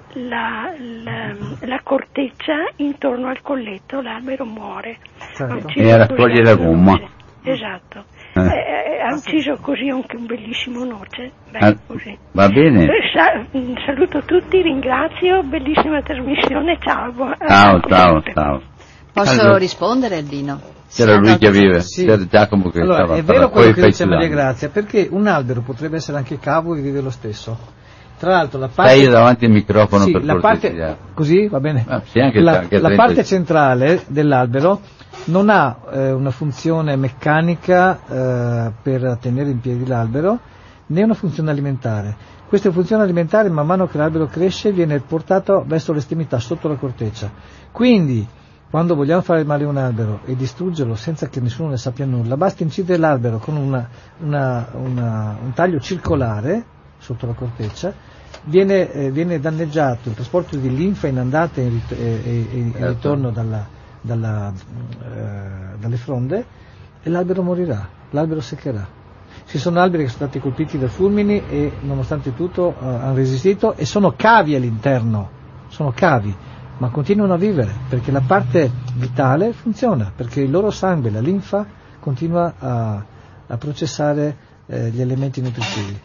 la corteccia intorno al colletto, l'albero muore. Certo. E raccoglie la gomma. Esatto. Ha ucciso così anche un bellissimo noce. Così. Va bene. Saluto tutti, ringrazio, bellissima trasmissione, ciao. Ciao. Posso Allora, rispondere, Albino? c'era lui che aveva, Sì. c'era Giacomo che Allora, stava è vero poi quello che fai dice tu, Maria Anni. Grazia, perché un albero potrebbe essere anche cavo e vive lo stesso. Tra l'altro la parte... Stai davanti al microfono Sì, per la cortesia. parte... Così, va bene? Sì, anche la 30. parte centrale dell'albero non ha una funzione meccanica per tenere in piedi l'albero, né una funzione alimentare. Questa funzione alimentare, man mano che l'albero cresce, viene portato verso l'estremità, sotto la corteccia. Quindi, quando vogliamo fare male a un albero e distruggerlo senza che nessuno ne sappia nulla, basta incidere l'albero con un taglio circolare sotto la corteccia, viene danneggiato il trasporto di linfa in andata e in ritorno dalle fronde e l'albero morirà, l'albero seccherà. Ci sono alberi che sono stati colpiti da fulmini e nonostante tutto hanno resistito e sono cavi all'interno, sono cavi, ma continuano a vivere perché la parte vitale funziona, perché il loro sangue, la linfa, continua a processare gli elementi nutritivi.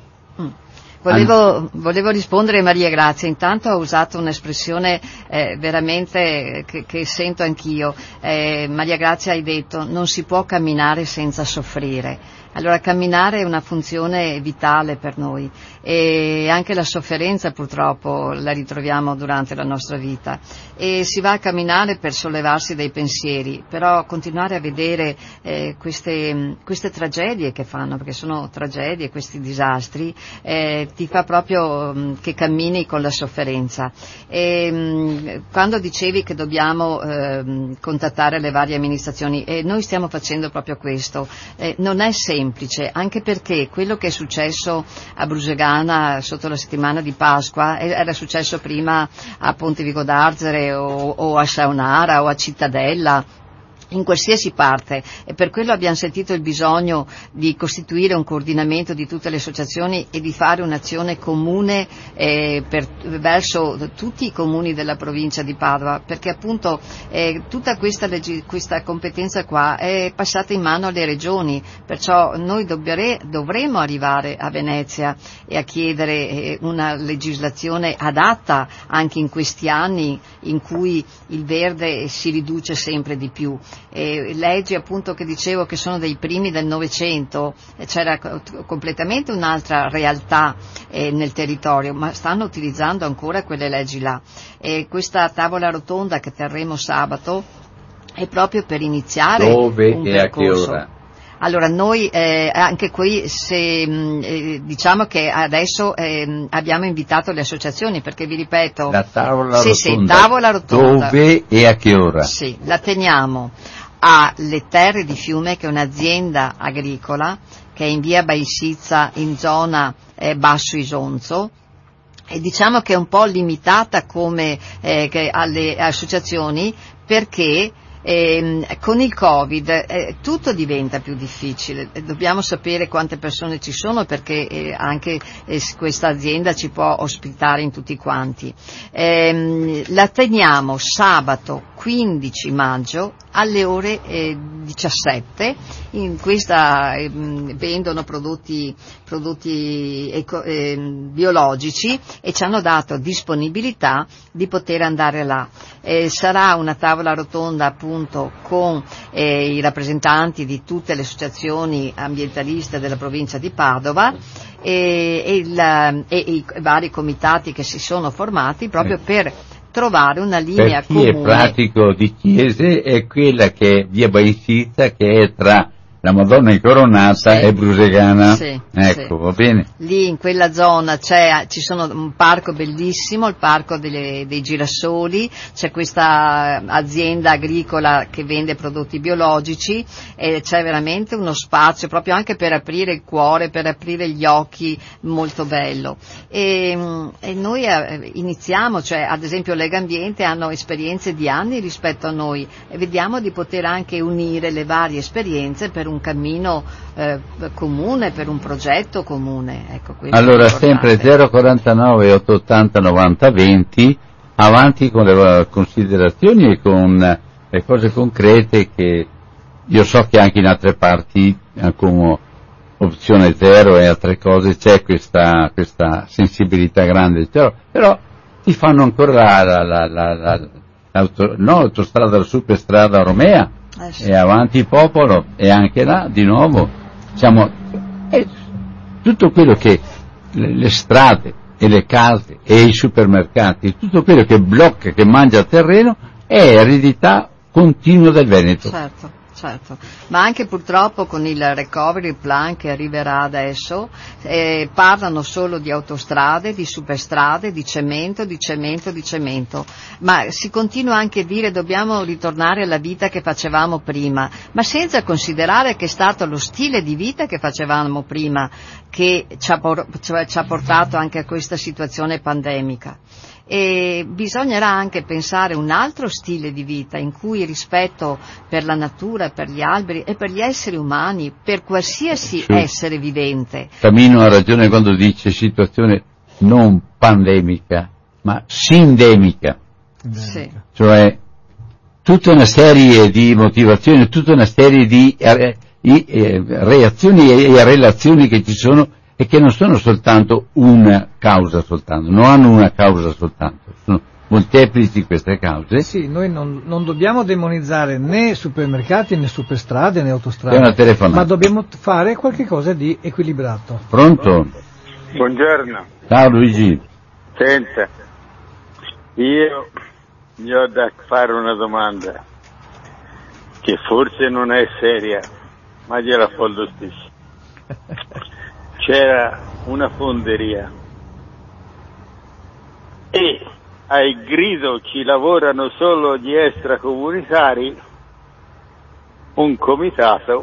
Volevo rispondere Maria Grazia, intanto ha usato un'espressione veramente che sento anch'io. Maria Grazia hai detto non si può camminare senza soffrire. Allora camminare è una funzione vitale per noi e anche la sofferenza purtroppo la ritroviamo durante la nostra vita e si va a camminare per sollevarsi dai pensieri, però continuare a vedere queste tragedie che fanno, perché sono tragedie, questi disastri, ti fa proprio che cammini con la sofferenza. Quando dicevi che dobbiamo contattare le varie amministrazioni, noi stiamo facendo proprio questo, non è semplice, anche perché quello che è successo a Brusegana sotto la settimana di Pasqua era successo prima a Ponte Vico d'Arzere o a Saonara o a Cittadella, in qualsiasi parte, e per quello abbiamo sentito il bisogno di costituire un coordinamento di tutte le associazioni e di fare un'azione comune verso tutti i comuni della provincia di Padova, perché appunto tutta questa competenza qua è passata in mano alle regioni, perciò noi dovremo arrivare a Venezia e a chiedere una legislazione adatta anche in questi anni in cui il verde si riduce sempre di più. Leggi appunto che dicevo che sono dei primi del Novecento, c'era completamente un'altra realtà nel territorio, ma stanno utilizzando ancora quelle leggi là. Questa tavola rotonda che terremo sabato è proprio per iniziare dove un e percorso. A che ora? Allora noi anche qui diciamo che adesso abbiamo invitato le associazioni, perché vi ripeto, La tavola sì, rotonda. Sì, tavola rotonda. Dove e a che ora? Sì, la teniamo alle Terre di Fiume, che è un'azienda agricola che è in via Baisizza, in zona Basso Isonzo, e diciamo che è un po' limitata come che alle associazioni, perché con il Covid tutto diventa più difficile, dobbiamo sapere quante persone ci sono, perché anche questa azienda ci può ospitare in tutti quanti. La teniamo sabato 15 maggio alle ore 17, in questa vendono prodotti biologici, e ci hanno dato disponibilità di poter andare là. Sarà una tavola rotonda appunto con i rappresentanti di tutte le associazioni ambientaliste della provincia di Padova e i vari comitati che si sono formati proprio per trovare una linea per chi comune. è pratico di chiese è quella che è via Baisizza, che è tra la Madonna Incoronata Sì. e Brusegana. Sì, ecco, sì. va bene. Lì in quella zona ci sono un parco bellissimo, il parco dei girasoli, c'è questa azienda agricola che vende prodotti biologici, e c'è veramente uno spazio proprio anche per aprire il cuore, per aprire gli occhi, molto bello. E noi iniziamo, cioè ad esempio Legambiente hanno esperienze di anni rispetto a noi, e vediamo di poter anche unire le varie esperienze per un cammino comune, per un progetto comune. Ecco, Allora, sempre 049 880 90 20, avanti con le considerazioni e con le cose concrete, che io so che anche in altre parti, come opzione zero e altre cose, c'è questa sensibilità grande, però ti fanno ancora l'autostrada, la superstrada Romea, sì. E avanti Popolo, e anche là di nuovo tutto quello che le strade e le case e i supermercati, tutto quello che blocca, che mangia terreno, è eredità continua del Veneto. Certo, ma anche purtroppo con il recovery plan che arriverà adesso parlano solo di autostrade, di superstrade, di cemento, ma si continua anche a dire dobbiamo ritornare alla vita che facevamo prima, ma senza considerare che è stato lo stile di vita che facevamo prima che ci ha portato anche a questa situazione pandemica. E bisognerà anche pensare un altro stile di vita in cui il rispetto per la natura, per gli alberi e per gli esseri umani, per qualsiasi essere vivente. Camino ha ragione quando dice situazione non pandemica, ma sindemica. Sì. Cioè tutta una serie di motivazioni, tutta una serie di reazioni e relazioni che ci sono, e che non sono soltanto una causa soltanto, non hanno una causa soltanto, sono molteplici queste cause. Sì, noi non dobbiamo demonizzare né supermercati, né superstrade, né autostrade, È una telefonata. ma dobbiamo fare qualche cosa di equilibrato. Pronto? Buongiorno. Ciao Luigi. Senta, io gli ho da fare una domanda che forse non è seria, ma gliela fa lo stesso. C'era una fonderia e al grido ci lavorano solo gli extracomunitari, un comitato,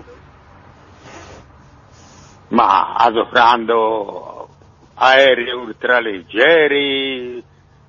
ma adoperando aerei ultraleggeri,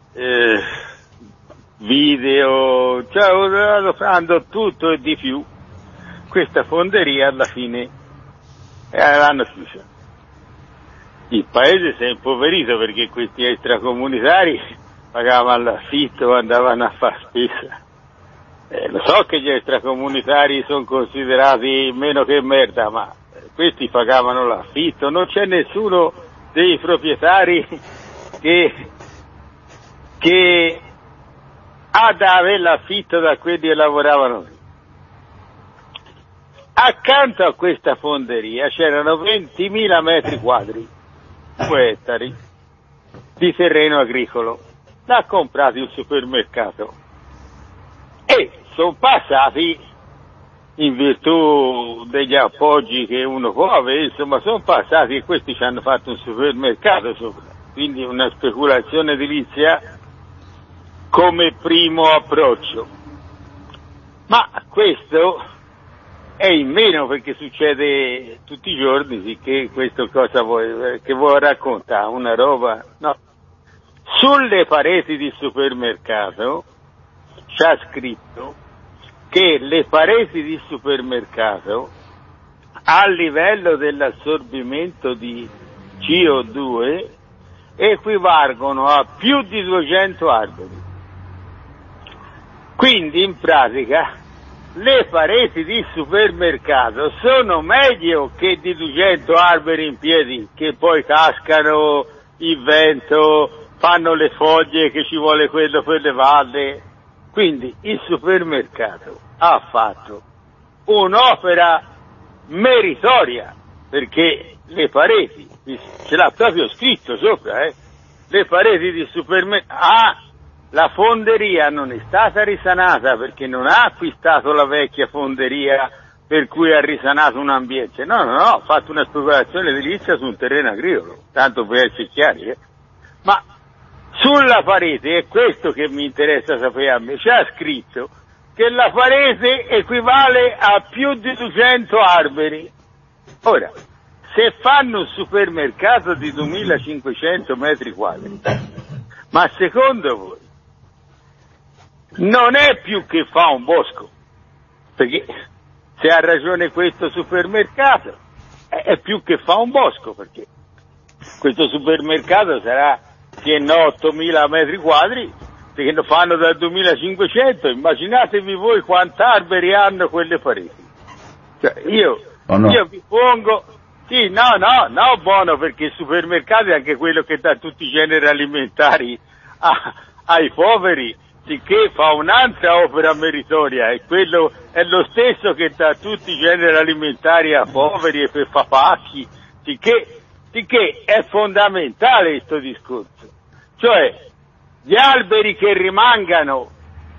video, cioè adoperando tutto e di più, questa fonderia alla fine l'hanno chiusa. Il paese si è impoverito perché questi extracomunitari pagavano l'affitto, andavano a fare spesa. Lo so che gli extracomunitari sono considerati meno che merda, ma questi pagavano l'affitto, non c'è nessuno dei proprietari che data avere l'affitto da quelli che lavoravano lì. Accanto a questa fonderia c'erano 20.000 metri quadri, 2 ettari, di terreno agricolo. L'ha comprato il supermercato e sono passati, in virtù degli appoggi che uno può avere, insomma sono passati e questi ci hanno fatto un supermercato sopra, quindi una speculazione edilizia come primo approccio. Ma questo è in meno perché succede tutti i giorni, sicché questo cosa vuoi, che vuoi raccontare? Una roba? No. Sulle pareti di supermercato c'ha scritto che le pareti di supermercato a livello dell'assorbimento di CO2 equivalgono a più di 200 alberi. Quindi in pratica le pareti di supermercato sono meglio che di 200 alberi in piedi che poi cascano, il vento, fanno le foglie che ci vuole quello per le valle. Quindi il supermercato ha fatto un'opera meritoria, perché le pareti, ce l'ha proprio scritto sopra, le pareti di supermercato, la fonderia non è stata risanata perché non ha acquistato la vecchia fonderia per cui ha risanato un ambiente, no, ha fatto una speculazione edilizia su un terreno agricolo, tanto per essere chiari, ma sulla parete, è questo che mi interessa sapere a me, c'è scritto che la parete equivale a più di 200 alberi. Ora, se fanno un supermercato di 2.500 metri quadri, ma secondo voi non è più che fa un bosco? Perché se ha ragione questo supermercato, è più che fa un bosco, perché questo supermercato sarà che 8.000 metri quadri, perché lo fanno dal 2.500, immaginatevi voi quanti alberi hanno quelle pareti. Cioè io vi pongo, sì, no, buono, perché il supermercato è anche quello che dà tutti i generi alimentari ai poveri, sicché fa un'altra opera meritoria, e quello è lo stesso che dà tutti i generi alimentari ai poveri e per pacchi, sicché è fondamentale questo discorso. Cioè, gli alberi che rimangano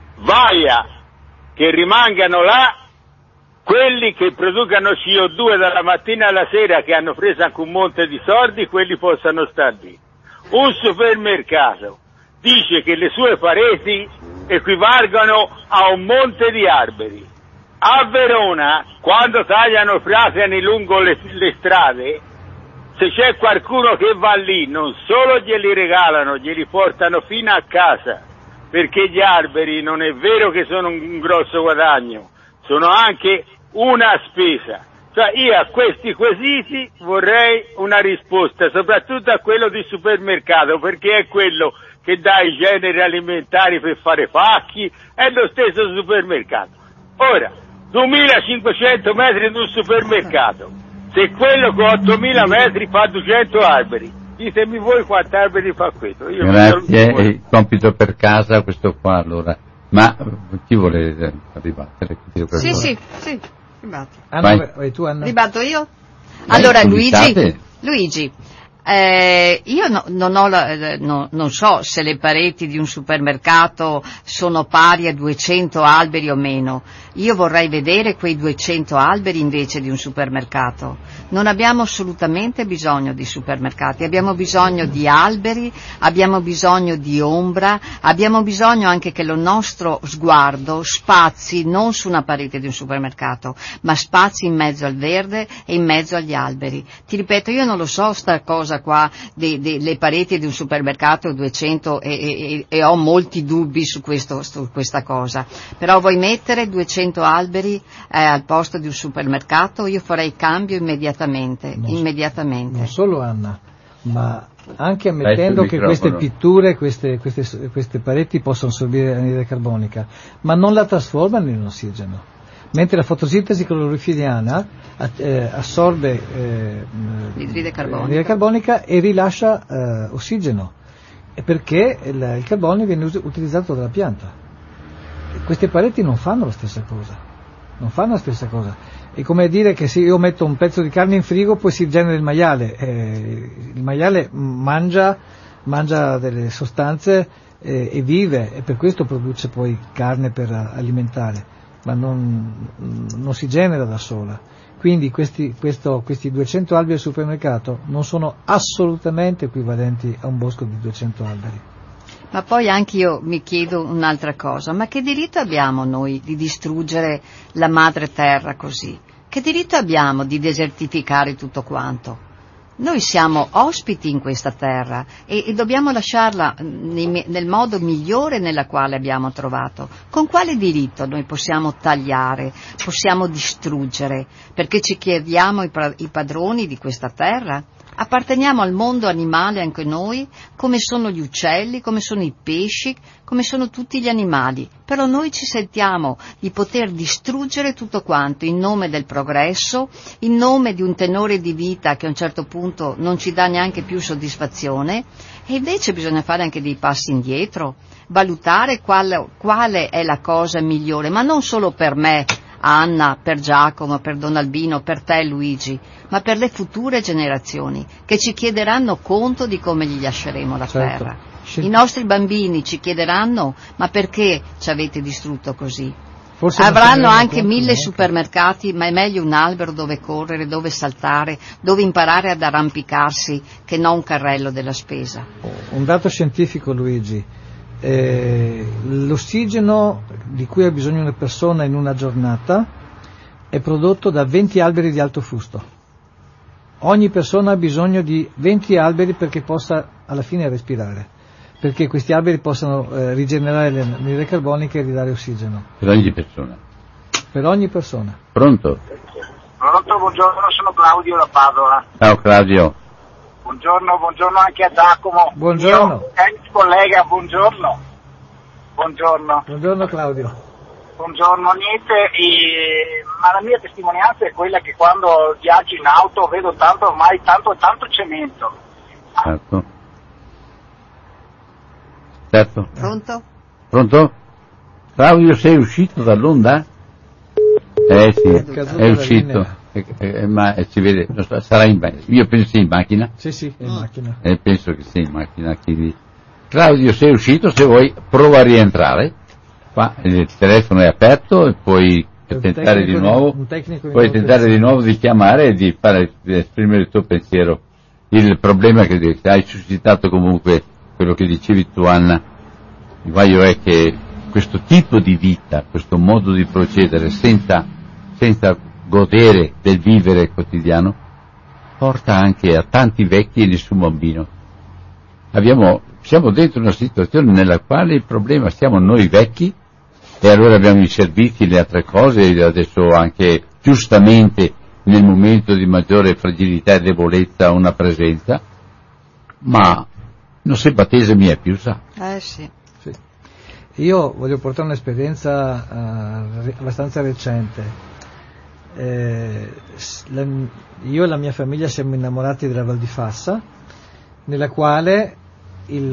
che rimangano là, quelli che producano CO2 dalla mattina alla sera, che hanno preso anche un monte di soldi, quelli possano stare lì. Un supermercato dice che le sue pareti equivalgono a un monte di alberi. A Verona, quando tagliano frasani lungo le strade, se c'è qualcuno che va lì, non solo glieli regalano, glieli portano fino a casa, perché gli alberi non è vero che sono un grosso guadagno, sono anche una spesa. Cioè io a questi quesiti vorrei una risposta, soprattutto a quello di supermercato, perché è quello che dà i generi alimentari per fare pacchi, è lo stesso supermercato. Ora, 2.500 metri di un supermercato, se quello con 8.000 metri fa 200 alberi, ditemi voi quanti alberi fa questo. Io grazie, è il compito per casa questo qua allora. Ma chi vuole ribattere? Sì, ribatto. Anna, vai tu, Anna. Ribatto io? Beh, allora Luigi, io non so se le pareti di un supermercato sono pari a 200 alberi o meno. Io vorrei vedere quei 200 alberi invece di un supermercato. Non abbiamo assolutamente bisogno di supermercati, abbiamo bisogno di alberi, abbiamo bisogno di ombra, abbiamo bisogno anche che lo nostro sguardo spazi non su una parete di un supermercato, ma spazi in mezzo al verde e in mezzo agli alberi. Ti ripeto, io non lo so sta cosa qua le pareti di un supermercato 200 e ho molti dubbi su questa cosa, però vuoi mettere 200 alberi al posto di un supermercato? Io farei cambio immediatamente. Non solo, Anna, ma anche ammettendo che queste pitture, queste pareti possono assorbire anidride carbonica, ma non la trasformano in ossigeno, mentre la fotosintesi clorofilliana assorbe l'idride carbonica e rilascia ossigeno, perché il carbonio viene utilizzato dalla pianta. queste pareti non fanno la stessa cosa. È come dire che se io metto un pezzo di carne in frigo poi si genera il maiale mangia delle sostanze e vive, e per questo produce poi carne per alimentare, ma non si genera da sola. Quindi questi 200 alberi al supermercato non sono assolutamente equivalenti a un bosco di 200 alberi. Ma poi anche io mi chiedo un'altra cosa, ma che diritto abbiamo noi di distruggere la madre terra così? Che diritto abbiamo di desertificare tutto quanto? Noi siamo ospiti in questa terra e dobbiamo lasciarla nel modo migliore nella quale abbiamo trovato. Con quale diritto noi possiamo tagliare, possiamo distruggere? Perché ci chiediamo i padroni di questa terra? Apparteniamo al mondo animale anche noi, come sono gli uccelli, come sono i pesci, come sono tutti gli animali. Però noi ci sentiamo di poter distruggere tutto quanto in nome del progresso, in nome di un tenore di vita che a un certo punto non ci dà neanche più soddisfazione, e invece bisogna fare anche dei passi indietro, valutare quale è la cosa migliore, ma non solo per me, Anna, per Giacomo, per Don Albino, per te Luigi, ma per le future generazioni che ci chiederanno conto di come gli lasceremo la terra. I nostri bambini ci chiederanno: ma perché ci avete distrutto così? Forse avranno anche 1000 supermercati, ma è meglio un albero dove correre, dove saltare, dove imparare ad arrampicarsi, che non un carrello della spesa. Un dato scientifico, Luigi: l'ossigeno di cui ha bisogno una persona in una giornata è prodotto da 20 alberi di alto fusto. Ogni persona ha bisogno di 20 alberi perché possa alla fine respirare, perché questi alberi possano rigenerare le anidride carbonica e ridare ossigeno. Per ogni persona. Per ogni persona. Pronto? Pronto, buongiorno, sono Claudio da Padova. Ciao Claudio. Buongiorno anche a Giacomo. Buongiorno. Mio ex collega, buongiorno. Buongiorno Claudio. Buongiorno, niente, ma la mia testimonianza è quella che quando viaggio in auto vedo tanto cemento. Certo. Pronto? Claudio, sei uscito dall'onda? Sì, è uscito. Ma si vede, sarà io penso sia in macchina. Sì, è in macchina. Penso che sia in macchina. Quindi. Claudio, sei uscito, se vuoi prova a rientrare. Qua il telefono è aperto e puoi tentare di nuovo. Puoi tentare di nuovo di chiamare e di esprimere il tuo pensiero. Il problema che hai suscitato comunque quello che dicevi tu, Anna. Il guaio è che questo tipo di vita, questo modo di procedere senza godere del vivere quotidiano, porta anche a tanti vecchi e nessun bambino. Siamo dentro una situazione nella quale il problema siamo noi vecchi, e allora abbiamo i servizi, le altre cose, e adesso anche giustamente nel momento di maggiore fragilità e debolezza una presenza, ma non si battese mi è più sa. Sì. Io voglio portare un'esperienza abbastanza recente. Io e la mia famiglia siamo innamorati della Val di Fassa, nella quale i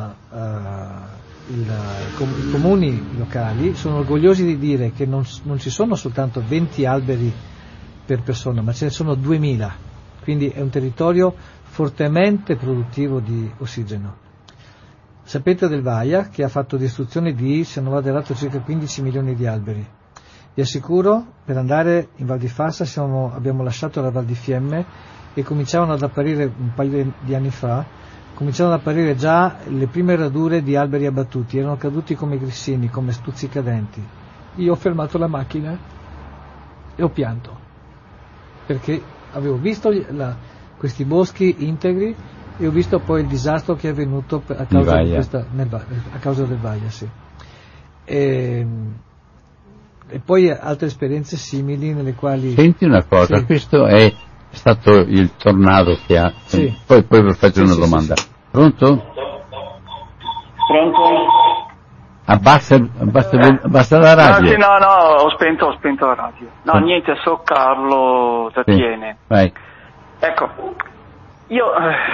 comuni locali sono orgogliosi di dire che non ci sono soltanto 20 alberi per persona, ma ce ne sono 2000, quindi è un territorio fortemente produttivo di ossigeno. Sapete del Vaia, che ha fatto distruzione di, se non vado errato, circa 15 milioni di alberi. Vi assicuro, per andare in Val di Fassa abbiamo lasciato la Val di Fiemme e cominciavano ad apparire, un paio di anni fa, cominciavano ad apparire già le prime radure di alberi abbattuti, erano caduti come grissini, come stuzzicadenti. Io ho fermato la macchina e ho pianto, perché avevo visto questi boschi integri e ho visto poi il disastro che è avvenuto a causa del Vaia, sì. E poi altre esperienze simili nelle quali... Senti una cosa, sì. Questo è stato il tornado che ha... Sì. Poi faccio una domanda. Sì. Pronto? Pronto? Abbassa la radio. No, ho spento la radio. No, niente, Carlo da Tiene. Vai. Ecco, io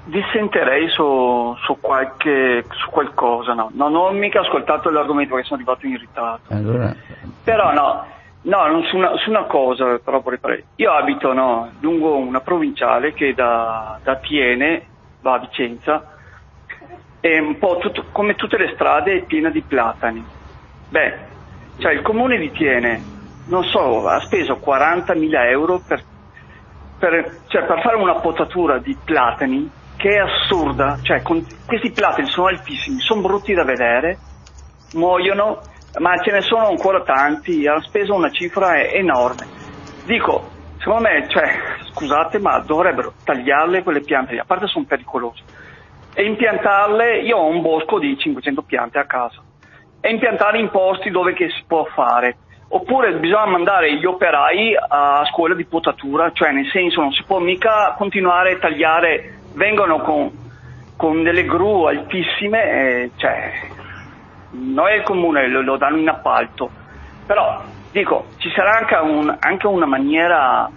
dissenterei su qualcosa, no. Non ho mica ascoltato l'argomento perché sono arrivato in ritardo. Allora... Però no, su una cosa però vorrei parlare. Io abito lungo una provinciale che da Tiene va a Vicenza, e un po' come tutte le strade è piena di platani. Cioè il comune di Tiene, non so, ha speso 40.000 euro per fare una potatura di platani che è assurda. Cioè questi platani sono altissimi, sono brutti da vedere, muoiono, ma ce ne sono ancora tanti, hanno speso una cifra enorme. Dico, secondo me, scusate, ma dovrebbero tagliarle quelle piante, a parte sono pericolose, e impiantarle. Io ho un bosco di 500 piante a casa, e impiantarle in posti dove che si può fare. Oppure bisogna mandare gli operai a scuola di potatura, cioè nel senso non si può mica continuare a tagliare, vengono con delle gru altissime, noi il comune lo danno in appalto, però dico, ci sarà anche una maniera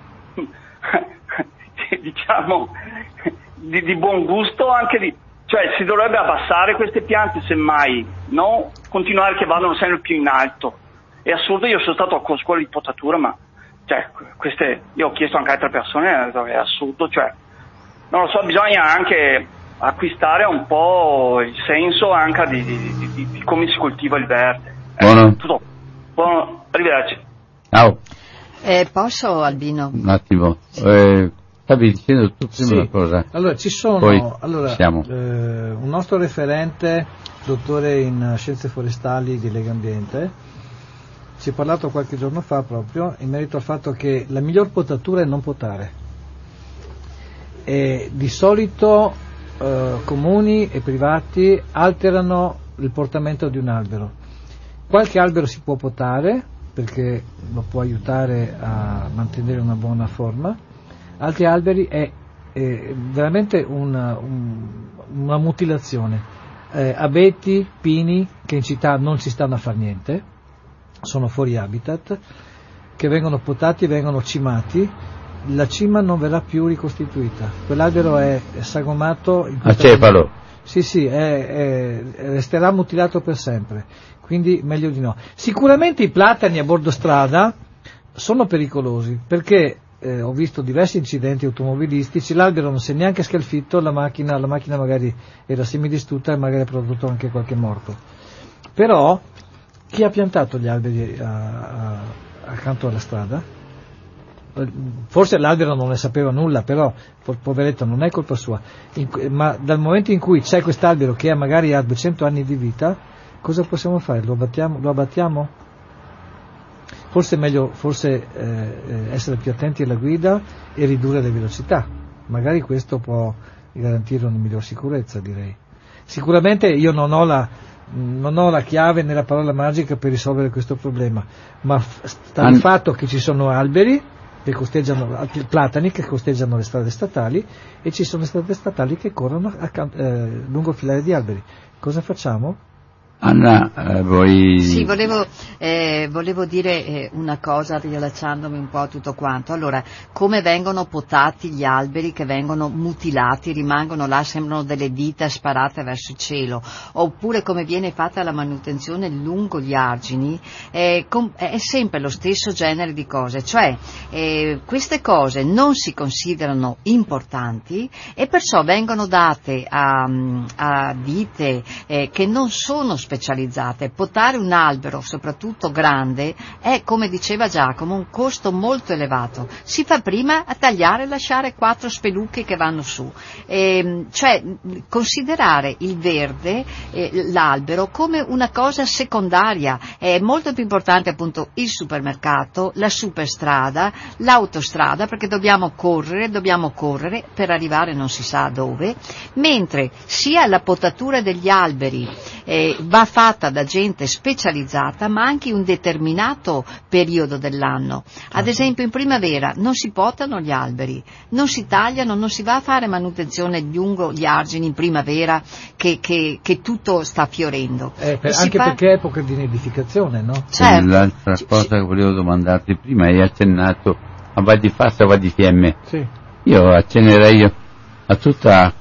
diciamo di buon gusto, anche si dovrebbe abbassare queste piante, semmai, no? Continuare che vadano sempre più in alto. È assurdo, io sono stato a scuola di potatura, ma io ho chiesto anche a altre persone, è assurdo, non lo so, bisogna anche acquistare un po' il senso anche di come si coltiva il verde. Buono. Tutto. Buono, arrivederci. Ciao. Posso, Albino? Un attimo. Stavi dicendo tu prima una cosa. Allora, ci sono un nostro referente, dottore in scienze forestali di Lega Ambiente, ci è parlato qualche giorno fa proprio in merito al fatto che la miglior potatura è non potare. E di solito comuni e privati alterano il portamento di un albero. Qualche albero si può potare perché lo può aiutare a mantenere una buona forma, altri alberi è veramente una mutilazione. Abeti, pini che in città non ci stanno a far niente, sono fuori habitat, che vengono potati e vengono cimati, la cima non verrà più ricostituita, quell'albero è sagomato a cepalo. Sì, resterà mutilato per sempre, quindi meglio di no. Sicuramente i platani a bordo strada sono pericolosi, perché ho visto diversi incidenti automobilistici, l'albero non si è neanche scalfitto, la macchina magari era semidistrutta e magari ha prodotto anche qualche morto. Però chi ha piantato gli alberi accanto alla strada? Forse l'albero non ne sapeva nulla, però poveretto non è colpa sua, ma dal momento in cui c'è quest'albero che magari ha 200 anni di vita, cosa possiamo fare? Lo abbattiamo? Forse è meglio essere più attenti alla guida e ridurre le velocità, magari questo può garantire una miglior sicurezza, direi. Sicuramente io non ho la chiave né la parola magica per risolvere questo problema, ma sta il fatto che ci sono alberi che costeggiano, platani che costeggiano le strade statali, e ci sono le strade statali che corrono lungo il filare di alberi. Cosa facciamo? Anna, vuoi... Sì, volevo dire una cosa riallacciandomi un po' a tutto quanto. Allora, come vengono potati gli alberi che vengono mutilati, rimangono là, sembrano delle dita sparate verso il cielo, oppure come viene fatta la manutenzione lungo gli argini, è sempre lo stesso genere di cose, cioè queste cose non si considerano importanti e perciò vengono date a ditte che non sono specializzate. Potare un albero, soprattutto grande, è, come diceva Giacomo, un costo molto elevato. Si fa prima a tagliare e lasciare 4 spelucchi che vanno su, cioè considerare il verde, l'albero, come una cosa secondaria. È molto più importante appunto il supermercato, la superstrada, l'autostrada, perché dobbiamo correre per arrivare non si sa dove, mentre sia la potatura degli alberi va fatta da gente specializzata, ma anche un determinato periodo dell'anno. Ad esempio in primavera non si potano gli alberi, non si tagliano, non si va a fare manutenzione lungo gli argini in primavera che tutto sta fiorendo. Perché è epoca di nidificazione, no? Certo. L'altra cosa che volevo domandarti prima, hai accennato a Val di Fassa, a Val di Fiemme. Sì. Io accennerei a tutta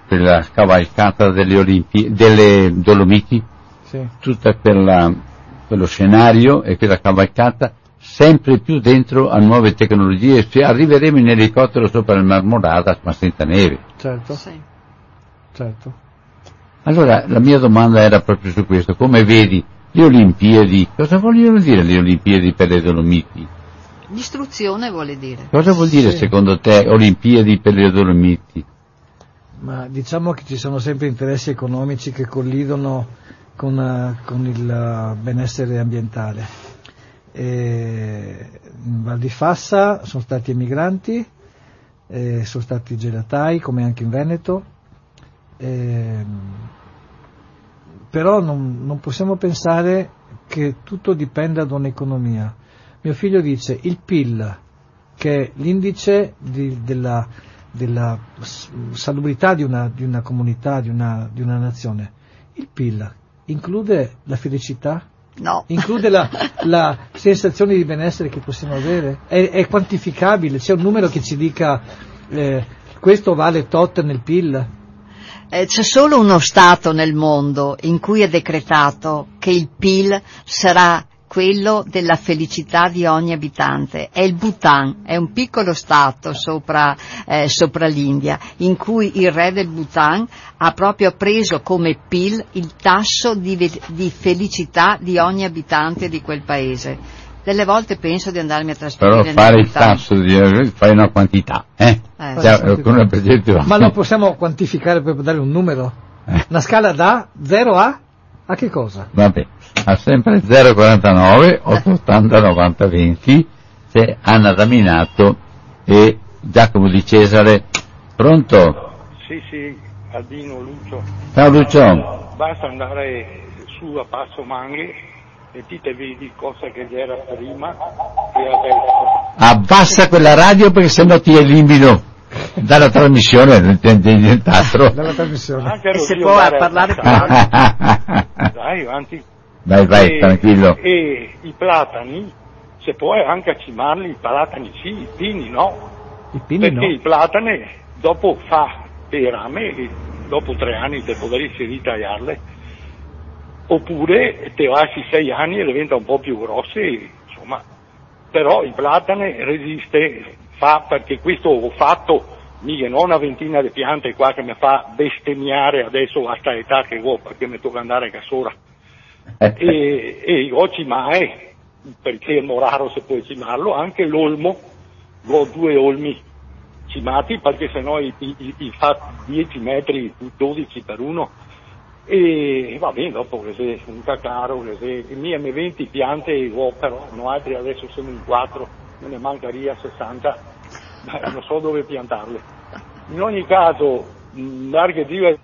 quella cavalcata delle Dolomiti, Sì. tutta quello scenario e quella cavalcata sempre più dentro a nuove tecnologie. Se arriveremo in elicottero sopra il Marmorada, ma senza neve. Certo, Sì. certo. Allora la mia domanda era proprio su questo: come vedi le Olimpiadi? Cosa vogliono dire le Olimpiadi per le Dolomiti? L'istruzione vuole dire. Cosa vuol dire Sì. secondo te Olimpiadi per le Dolomiti? Ma diciamo che ci sono sempre interessi economici che collidono con il benessere ambientale. In Val di Fassa sono stati emigranti, sono stati gelatai, come anche in Veneto, però non possiamo pensare che tutto dipenda da un'economia. Mio figlio dice il PIL, che è l'indice della salubrità di una comunità, di una nazione. Il PIL include la felicità? No. Include la sensazione di benessere che possiamo avere? È quantificabile? C'è un numero che ci dica questo vale tot nel PIL? C'è solo uno Stato nel mondo in cui è decretato che il PIL sarà quello della felicità di ogni abitante. È il Bhutan, è un piccolo Stato sopra l'India, in cui il re del Bhutan ha proprio preso come PIL il tasso di felicità di ogni abitante di quel paese. Delle volte penso di andarmi a trasferire Però fare nel il Bhutan. tasso fai una quantità, Come per esempio, Ma lo possiamo quantificare per dare un numero? Una scala da 0 a che cosa? Vabbè, ha sempre 0,49, 880, 90, 20, c'è Anna da Minato e Giacomo di Cesare. Pronto? Sì, Aldino, Lucio. Ciao Lucio. Basta andare su a Passo Manghe e ti vedi cosa che era prima e adesso. Abbassa quella radio perché sennò ti elimino dalla trasmissione del teatro. Dalla trasmissione. Anche E se Rodrigo può Mare parlare avanti. Dai, avanti. Vai, tranquillo. E i platani, se puoi anche accimarli, i platani sì, i pini no. I pini Perché no. il platane dopo fa dei rami e dopo 3 anni te potresti ritagliarle, oppure te lasci 6 anni e diventa un po' più grosse, insomma. Però il platane resiste, fa, perché questo ho fatto, mica non una ventina di piante qua che mi fa bestemmiare adesso a sta età che ho, perché mi tocca andare a casora. E io cimai, perché è raro se puoi cimarlo, anche l'olmo, ho 2 olmi cimati, perché sennò i fa 10 metri, 12 per uno, e va bene, dopo che se un cacaro, che se i miei 20 piante ho, però no altri adesso sono in 4, me ne mancaria 60, ma non so dove piantarle. In ogni caso, larghe Dio.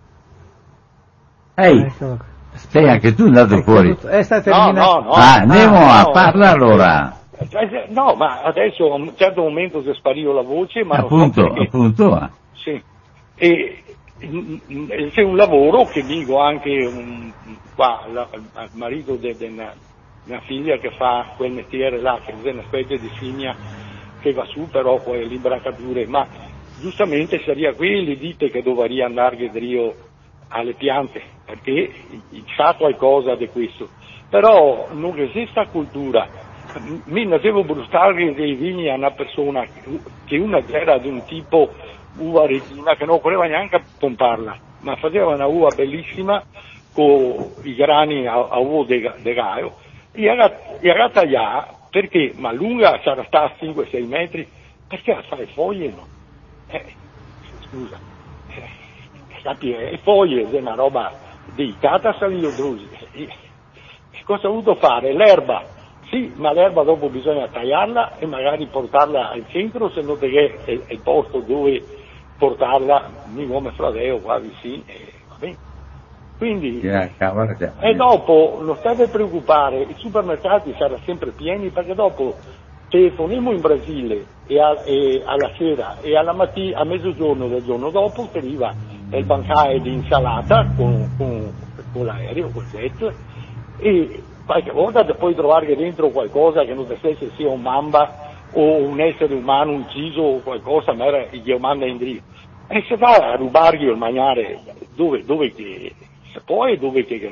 Ehi, sei anche tu andato fuori? Sta terminando. No. Andiamo a parla allora. No, ma adesso a un certo momento si spariva la voce, ma Appunto, non so perché. appunto. Sì. E c'è un lavoro che dico anche al marito di mia figlia che fa quel mestiere là, che è una specie di scimmia che va su, però poi è l'imbracature, ma giustamente sarebbe quelli dite che dovrebbe andare Dio alle piante, perché sa qualcosa di questo. Però non esiste cultura. Mi devo brustare dei vini a una persona che una era di un tipo uva regina che non voleva neanche pomparla, ma faceva una uva bellissima con i grani a uvo de gaio e era tagliata perché, ma lunga sarà stata 5-6 metri, perché fa le foglie no? Scusa, le foglie è una roba delicata salire drusi. Cosa ho voluto fare? L'erba. Sì, ma l'erba dopo bisogna tagliarla e magari portarla al centro, se non perché è il posto dove portarla, mi come Fradeo qua vicino, va bene. Quindi, e dopo non state preoccupare, i supermercati saranno sempre pieni, perché dopo telefoniamo in Brasile e alla sera e alla mattina, a mezzogiorno del giorno dopo, ti arriva il bancaio di insalata con l'aereo, col jet, e qualche volta ti puoi trovare dentro qualcosa che non ti sa se sia un mamba o un essere umano ucciso o qualcosa, ma glielo manda in dritto. e se va a rubargli il mangiare dove che si può e dove che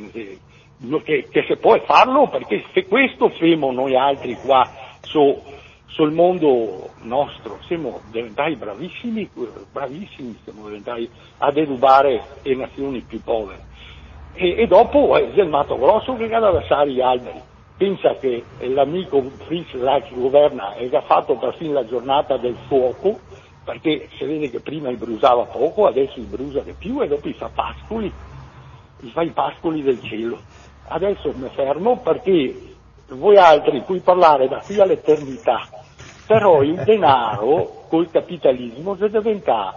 si può farlo, perché se questo femo noi altri qua sul mondo nostro siamo diventati bravissimi, siamo diventati a derubare le nazioni più povere. E dopo è il Mato Grosso che ad avversare gli alberi. Pensa che l'amico Fritz là che governa ha fatto perfino la giornata del fuoco, perché si vede che prima il brusava poco, adesso il brusa di più e dopo i fa i pascoli del cielo. Adesso mi fermo perché voi altri puoi parlare da qui all'eternità, però il denaro col capitalismo si diventa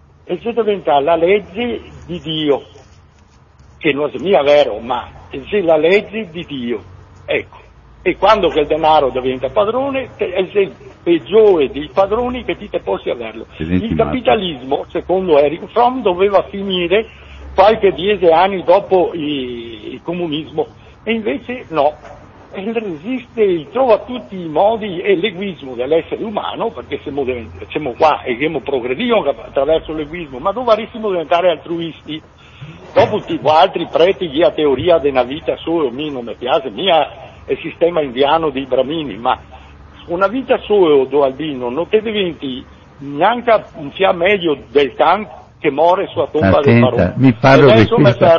la legge di Dio, che non è mia vero, ma è la legge di Dio, ecco. E quando che il denaro diventa padrone, è il peggiore dei padroni che ti possa averlo. Il capitalismo, secondo Erich Fromm, doveva finire qualche 10 anni dopo il comunismo, e invece no. E resiste, trova tutti i modi, e l'egoismo dell'essere umano, perché siamo qua e abbiamo progredito attraverso l'egoismo, ma dovremmo diventare altruisti. Dopo tutti altri preti di teoria della vita solo, non mi piace, mia è il sistema indiano dei Brahmini, ma una vita solo do albino non te diventi neanche un fia meglio del can che muore sulla tomba del barone. Adesso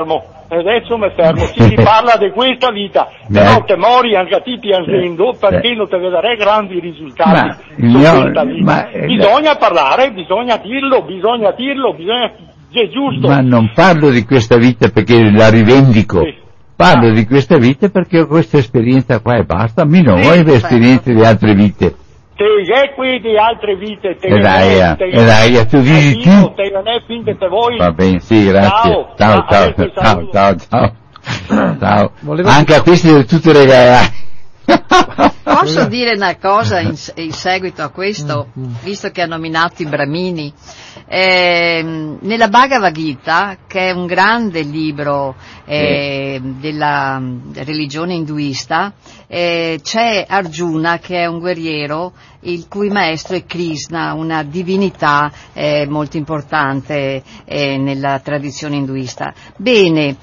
mi fermo, si parla di questa vita, però te mori anche a ti piangendo perché non te vedrai grandi risultati su questa vita. Bisogna parlare, bisogna dirlo, è giusto. Ma non parlo di questa vita perché la rivendico, sì. Parlo di questa vita perché ho questa esperienza qua e basta, mi non ho esperienze di altre vite. Te qui di altre vite, tu dici tu. Te voi. Va bene, sì, grazie. Ciao. Anche a questi tutti regalati. Posso dire una cosa in seguito a questo, visto che ha nominato i Brahmini? Nella Bhagavad Gita, che è un grande libro della religione induista, c'è Arjuna, che è un guerriero il cui maestro è Krishna, una divinità molto importante nella tradizione induista. Bene,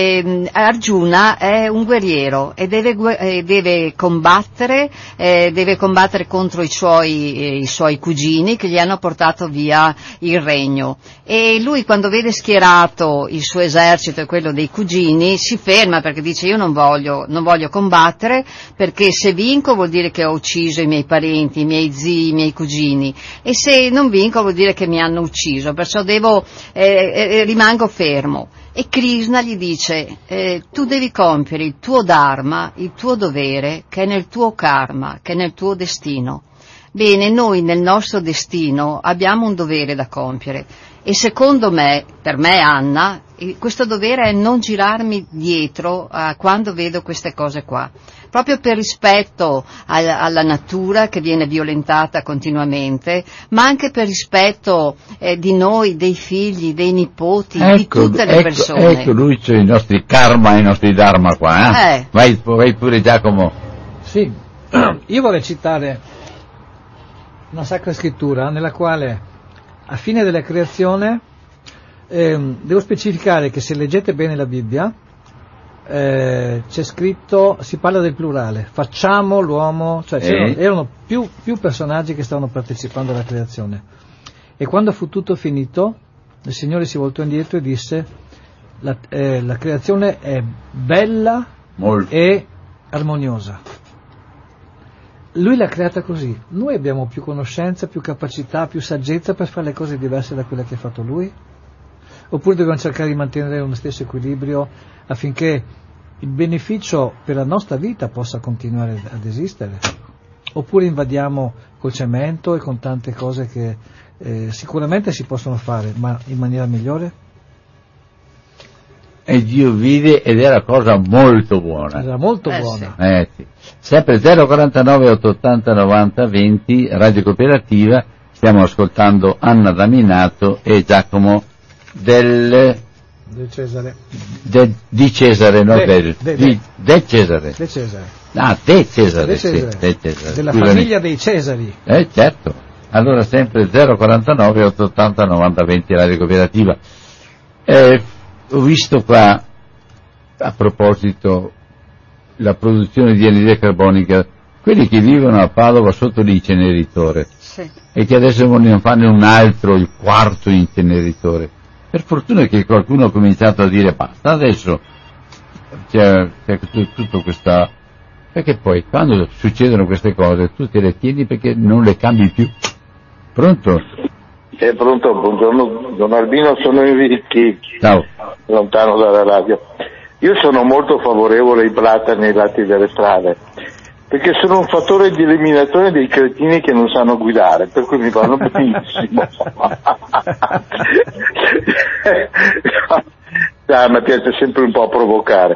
Arjuna è un guerriero e deve combattere contro i suoi cugini che gli hanno portato via il regno, e lui, quando vede schierato il suo esercito e quello dei cugini, si ferma perché dice: io non voglio combattere, perché se vinco vuol dire che ho ucciso i miei parenti, i miei zii, i miei cugini, e se non vinco vuol dire che mi hanno ucciso, perciò rimango fermo. E Krishna gli dice: tu devi compiere il tuo dharma, il tuo dovere, che è nel tuo karma, che è nel tuo destino. Bene, noi nel nostro destino abbiamo un dovere da compiere, e secondo me, per me Anna, questo dovere è non girarmi dietro quando vedo queste cose qua, proprio per rispetto alla natura che viene violentata continuamente, ma anche per rispetto di noi, dei figli, dei nipoti, di tutte le persone. Ecco, lui c'è i nostri karma, i nostri dharma qua, eh? Vai pure, Giacomo. Sì, io vorrei citare una sacra scrittura nella quale, a fine della creazione, devo specificare che se leggete bene la Bibbia, c'è scritto, si parla del plurale, facciamo l'uomo, cioè erano più personaggi che stavano partecipando alla creazione, e quando fu tutto finito il Signore si voltò indietro e disse: la creazione è bella e armoniosa. Lui l'ha creata così. Noi abbiamo più conoscenza, più capacità, più saggezza per fare le cose diverse da quelle che ha fatto lui? Oppure dobbiamo cercare di mantenere uno stesso equilibrio affinché il beneficio per la nostra vita possa continuare ad esistere? Oppure invadiamo col cemento e con tante cose che sicuramente si possono fare, ma in maniera migliore? E Dio vide ed era cosa molto buona. Era molto buona. Sì. Sempre 049 880 90 20, Radio Cooperativa. Stiamo ascoltando Anna Daminato e Giacomo del Cesare. Di Cesare, no? Del Cesare. De Cesare. Ah, De Cesare. Della famiglia dei Cesari. Certo. Allora sempre 049 880 90 20 Radio Cooperativa. Ho visto qua, a proposito, la produzione di anidride carbonica, quelli che vivono a Padova sotto l'inceneritore, sì, e che adesso vogliono farne un altro, il quarto inceneritore. Per fortuna che qualcuno ha cominciato a dire basta, adesso c'è tutto questa... Perché poi quando succedono queste cose tu te le tieni perché non le cambi più. Pronto? Pronto, buongiorno, don Albino, sono in Ricchi, Ciao. lontano dalla radio. Io sono molto favorevole ai platani e ai lati delle strade, perché sono un fattore di eliminazione dei cretini che non sanno guidare, per cui mi vanno benissimo. Mi piace sempre un po' provocare.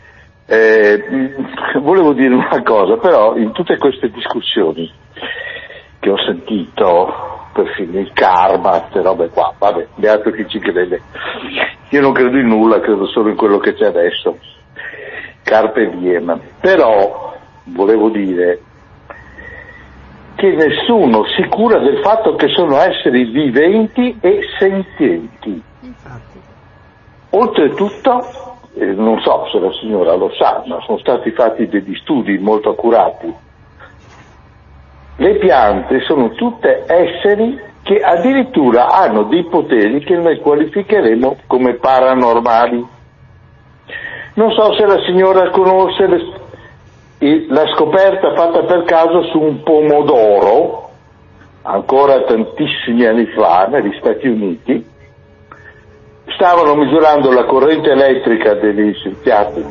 Volevo dire una cosa, però in tutte queste discussioni che ho sentito, perfino il karma, queste robe qua, vabbè, beato chi ci crede. Io non credo in nulla, credo solo in quello che c'è adesso. Carpe diem. Però volevo dire che nessuno si cura del fatto che sono esseri viventi e senzienti. Oltretutto, non so se la signora lo sa, ma sono stati fatti degli studi molto accurati. Le piante sono tutte esseri che addirittura hanno dei poteri che noi qualificheremo come paranormali. Non so se la signora conosce la scoperta fatta per caso su un pomodoro, ancora tantissimi anni fa, negli Stati Uniti. Stavano misurando la corrente elettrica degli scienziati,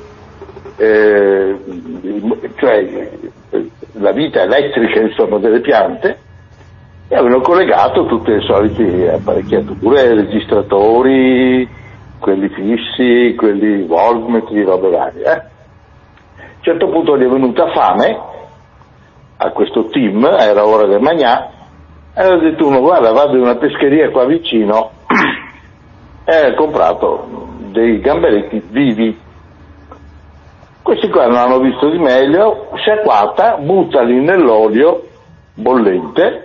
cioè la vita elettrica insomma delle piante, e avevano collegato tutte le solite apparecchiature, registratori, quelli fissi, quelli voltmetri, robe varie. A un certo punto gli è venuta fame a questo team, era ora del magnà, e ha detto uno: guarda, vado in una pescheria qua vicino e ha comprato dei gamberetti vivi. Questi qua non hanno visto di meglio, sciacquata, buttali nell'olio bollente.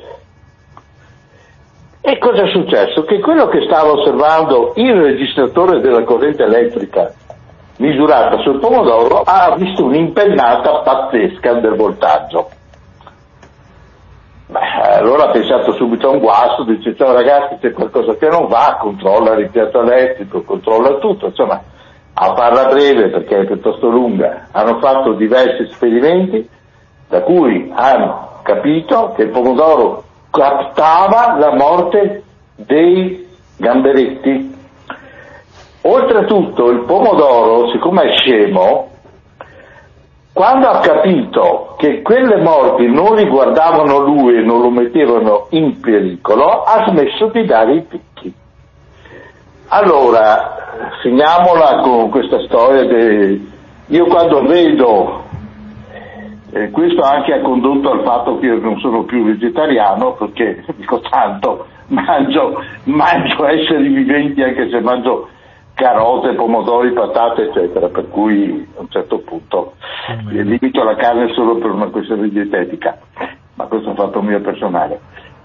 E cosa è successo? Che quello che stava osservando il registratore della corrente elettrica misurata sul pomodoro ha visto un'impennata pazzesca del voltaggio. Allora ha pensato subito a un guasto, dice: ciao ragazzi, c'è qualcosa che non va, controlla l'impianto elettrico, controlla tutto, insomma, a farla breve perché è piuttosto lunga, hanno fatto diversi esperimenti da cui hanno capito che il pomodoro captava la morte dei gamberetti. Oltretutto il pomodoro, siccome è scemo, quando ha capito che quelle morti non riguardavano lui e non lo mettevano in pericolo, ha smesso di dare i picchi. Allora, finiamola con questa storia io quando vedo, questo anche ha condotto al fatto che io non sono più vegetariano, perché dico tanto, mangio esseri viventi anche se mangio carote, pomodori, patate eccetera, per cui a un certo punto limito la carne solo per una questione dietetica, ma questo è un fatto mio personale.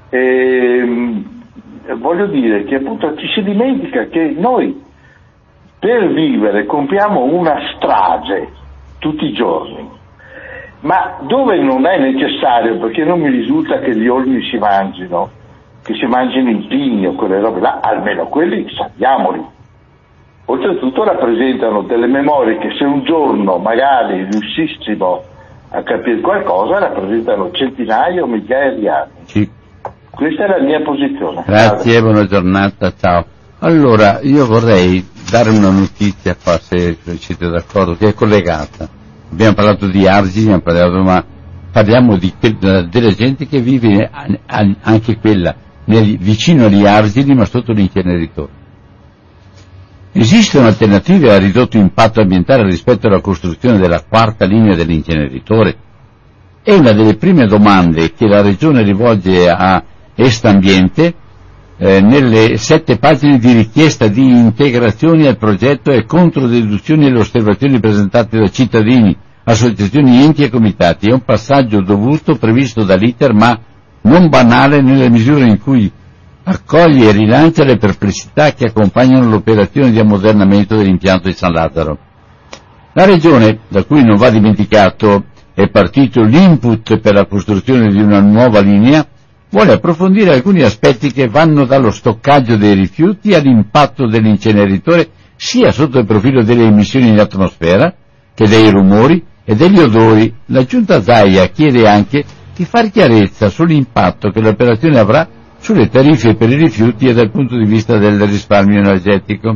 Voglio dire che appunto ci si dimentica che noi per vivere compiamo una strage tutti i giorni, ma dove non è necessario, perché non mi risulta che gli olmi si mangino, che si mangino il pigno, quelle robe là, almeno quelli sappiamoli. Oltretutto rappresentano delle memorie che se un giorno magari riuscissimo a capire qualcosa rappresentano centinaia o migliaia di anni. Sì. Questa è la mia posizione. Grazie, buona giornata, ciao. Allora, io vorrei dare una notizia qua, se siete d'accordo, che è collegata. Abbiamo parlato di argini, ma parliamo della gente che vive anche quella vicino agli argini ma sotto l'inceneritore. Esistono alternative a ridotto impatto ambientale rispetto alla costruzione della quarta linea dell'inceneritore? È una delle prime domande che la Regione rivolge a Estambiente nelle 7 pagine di richiesta di integrazioni al progetto e controdeduzioni e osservazioni presentate da cittadini, associazioni, enti e comitati. È un passaggio dovuto, previsto dall'iter, ma non banale nella misura in cui accoglie e rilancia le perplessità che accompagnano l'operazione di ammodernamento dell'impianto di San Lazzaro. La Regione, da cui non va dimenticato è partito l'input per la costruzione di una nuova linea, vuole approfondire alcuni aspetti che vanno dallo stoccaggio dei rifiuti all'impatto dell'inceneritore sia sotto il profilo delle emissioni in atmosfera che dei rumori e degli odori. La Giunta Zaia chiede anche di far chiarezza sull'impatto che l'operazione avrà sulle tariffe per i rifiuti e dal punto di vista del risparmio energetico.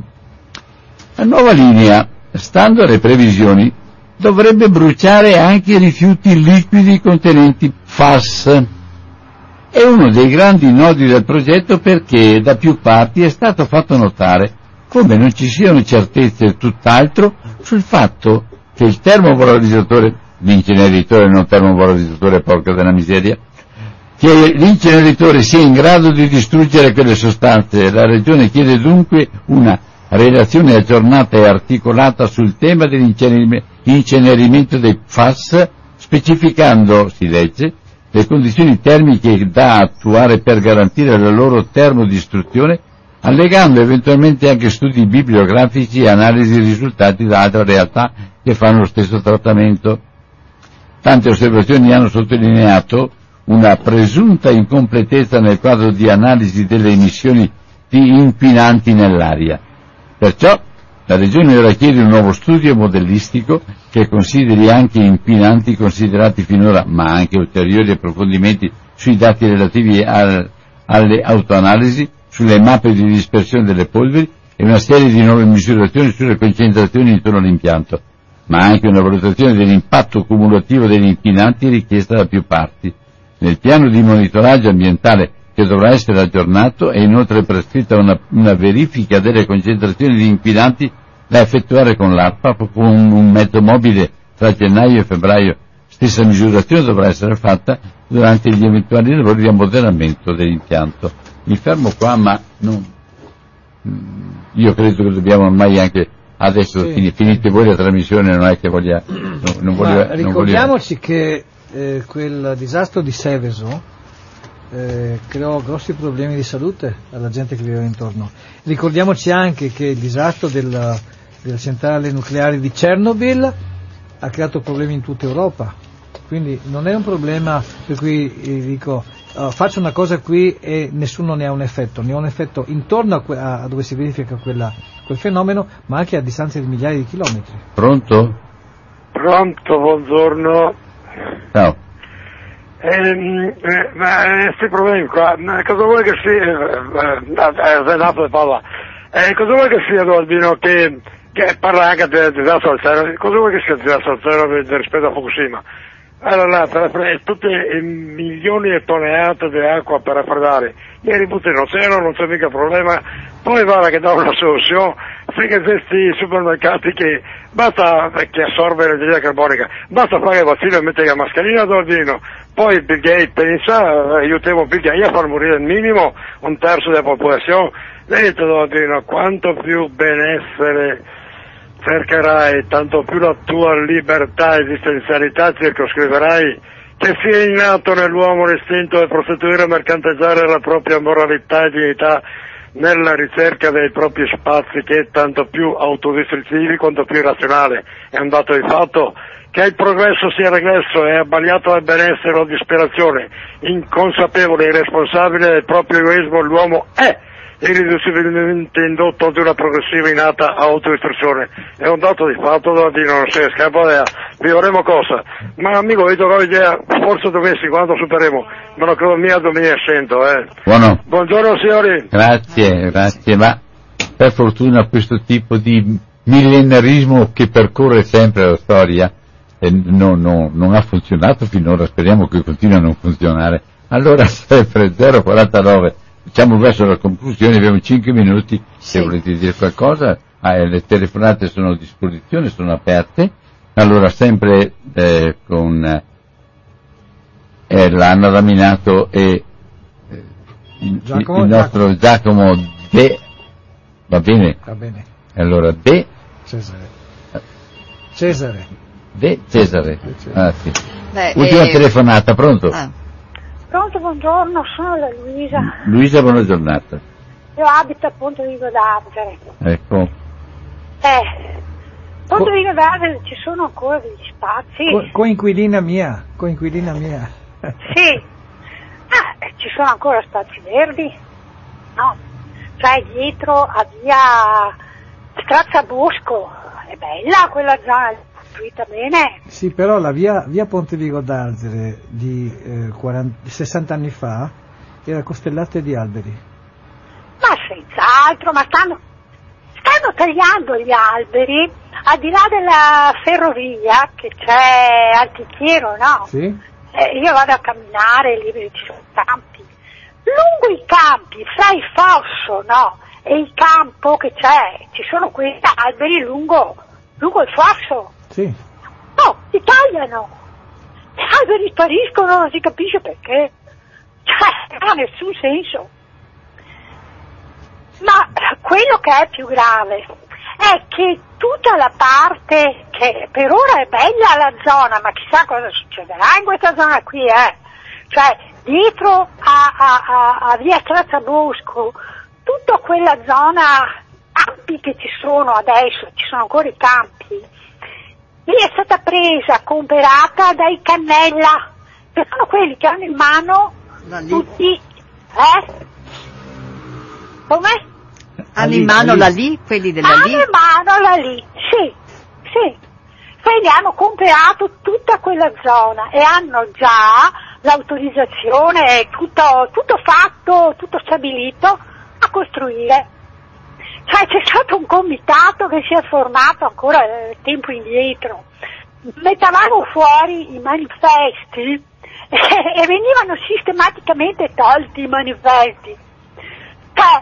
La nuova linea, stando alle previsioni, dovrebbe bruciare anche i rifiuti liquidi contenenti PFAS. È uno dei grandi nodi del progetto perché da più parti è stato fatto notare come non ci siano certezze tutt'altro sul fatto che il termovalorizzatore, l'inceneritore non termovalorizzatore, porca della miseria, che l'inceneritore sia in grado di distruggere quelle sostanze. La Regione chiede dunque una relazione aggiornata e articolata sul tema dell'incenerimento dei PFAS, specificando, si legge, le condizioni termiche da attuare per garantire la loro termodistruzione, allegando eventualmente anche studi bibliografici e analisi risultati da altre realtà che fanno lo stesso trattamento. Tante osservazioni hanno sottolineato una presunta incompletezza nel quadro di analisi delle emissioni di inquinanti nell'aria. Perciò la Regione ora chiede un nuovo studio modellistico che consideri anche inquinanti considerati finora, ma anche ulteriori approfondimenti sui dati relativi alle autoanalisi, sulle mappe di dispersione delle polveri e una serie di nuove misurazioni sulle concentrazioni intorno all'impianto, ma anche una valutazione dell'impatto cumulativo degli inquinanti richiesta da più parti. Nel piano di monitoraggio ambientale che dovrà essere aggiornato è inoltre prescritta una verifica delle concentrazioni di inquinanti da effettuare con l'ARPA con un mezzo mobile tra gennaio e febbraio. Stessa misurazione dovrà essere fatta durante gli eventuali lavori di ammodernamento dell'impianto. Mi fermo qua, ma io credo che dobbiamo ormai anche adesso, finite voi la trasmissione, non è che voglia... Ricordiamoci che quel disastro di Seveso creò grossi problemi di salute alla gente che viveva intorno. Ricordiamoci anche che il disastro della centrale nucleare di Chernobyl ha creato problemi in tutta Europa, quindi non è un problema per cui dico faccio una cosa qui e nessuno ne ha un effetto, ne ha un effetto intorno a dove si verifica quel fenomeno, ma anche a distanze di migliaia di chilometri. Pronto? Pronto, buongiorno. Ciao. Ma questi problemi qua, cosa vuoi che sia, cosa vuoi che sia Albino che parla anche del disastro al Chernobyl, cosa vuoi che sia il disastro al Chernobyl rispetto a Fukushima? Allora, tutte milioni di tonnellate di acqua per raffreddare, ieri buttano zero, non c'è mica problema, poi guarda che dà una soluzione, finché questi supermercati che basta che assorbe l'anidride carbonica, basta fare il vaccino e mettere la mascherina ad ordino, poi Bill Gates pensa, aiutiamo Bill Gates a far morire al minimo un terzo della popolazione, vedete ad ordino, quanto più benessere cercherai, tanto più la tua libertà e esistenzialità circoscriverai, che sia innato nell'uomo l'istinto di prostituire e mercanteggiare la propria moralità e dignità nella ricerca dei propri spazi, che è tanto più autodistruttivi quanto più irrazionale. È un dato di fatto che il progresso sia regresso e abbagliato dal benessere o disperazione, inconsapevole e irresponsabile del proprio egoismo, l'uomo è irriducibilmente indotto di una progressiva innata autodistruzione. È un dato di fatto da dire, non si scappa, vivremo cosa? Ma amico, vi do l'idea, forse dovessi quando supereremo, ma non credo mia 2100. Buono. Buongiorno signori. Grazie, ma per fortuna questo tipo di millenarismo che percorre sempre la storia non ha funzionato finora, speriamo che continui a non funzionare. Allora sempre 049. Facciamo verso la conclusione, abbiamo 5 minuti, se volete dire qualcosa, le telefonate sono a disposizione, sono aperte, allora sempre con l'Anna Laminato e il nostro Giacomo De, va bene? Va bene. Allora De Cesare. De Cesare. Ah, sì. Beh, ultima telefonata, pronto? Pronto, buongiorno, sono la Luisa. Luisa, buona giornata. Io abito a Ponte Vigo d'Arzere. Ecco. Ponte Vigo d'Arzere ci sono ancora degli spazi? Coinquilina mia. Sì. Ci sono ancora spazi verdi? No. Cioè dietro a via Strazzabosco. È bella quella zona, è costruita bene. Sì, però la via Ponte Vigo d'Arzere di 60 anni fa era costellata di alberi. Ma senz'altro, ma stanno tagliando gli alberi al di là della ferrovia che c'è Altichiero, no? Sì. Io vado a camminare lì, ci sono campi. Lungo i campi, fra il fosso, no? E il campo che c'è, ci sono questi alberi lungo il fosso. Sì. No, li tagliano. Gli alberi spariscono, non si capisce perché. Cioè, non ha nessun senso. Ma quello che è più grave è che tutta la parte che per ora è bella la zona, ma chissà cosa succederà in questa zona qui, cioè dietro a via Strazzabosco, tutta quella zona, campi che ci sono adesso, ci sono ancora i campi, lì è stata presa, comprata dai Cannella, che sono quelli che hanno in mano tutti, come? Hanno in mano la lì, quelli della lì? Hanno in mano la lì, sì. Quindi hanno comprato tutta quella zona e hanno già l'autorizzazione, tutto fatto, tutto stabilito a costruire. Cioè c'è stato un comitato che si è formato ancora tempo indietro. Mettavamo fuori i manifesti e venivano sistematicamente tolti i manifesti. Cioè,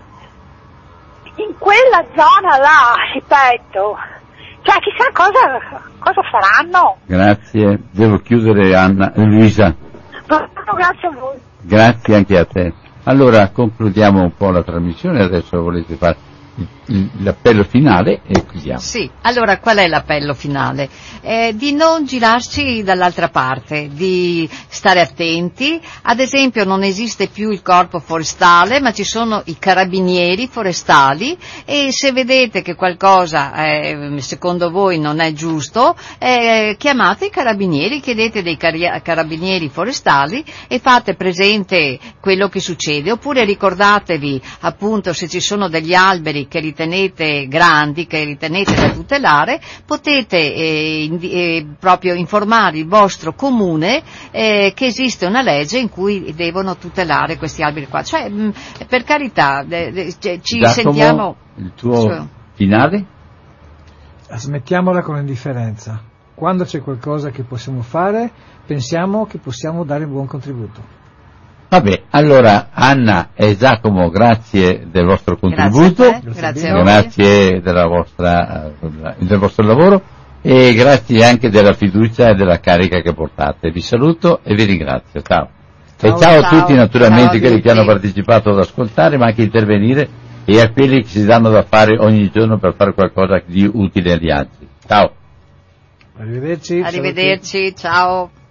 in quella zona là, ripeto, cioè chissà cosa faranno. Grazie, devo chiudere Luisa. Grazie a voi. Grazie anche a te. Allora concludiamo un po' la trasmissione, adesso volete fare l'appello finale e chiudiamo. Sì, allora qual è l'appello finale? Di non girarci dall'altra parte, di stare attenti. Ad esempio non esiste più il corpo forestale, ma ci sono i carabinieri forestali, e se vedete che qualcosa secondo voi non è giusto, chiamate i carabinieri, chiedete dei carabinieri forestali e fate presente quello che succede, oppure ricordatevi appunto se ci sono degli alberi che ritenete grandi, che ritenete da tutelare, potete proprio informare il vostro comune che esiste una legge in cui devono tutelare questi alberi qua. Cioè, per carità, ci Giacomo, sentiamo. Il tuo finale? Smettiamola con l'indifferenza. Quando c'è qualcosa che possiamo fare, pensiamo che possiamo dare un buon contributo. Vabbè, allora Anna e Giacomo, grazie del vostro contributo, grazie del vostro lavoro e grazie anche della fiducia e della carica che portate. Vi saluto e vi ringrazio. Ciao. E ciao a tutti naturalmente quelli che hanno partecipato ad ascoltare, ma anche intervenire, e a quelli che si danno da fare ogni giorno per fare qualcosa di utile agli altri. Ciao. Arrivederci. Arrivederci, ciao.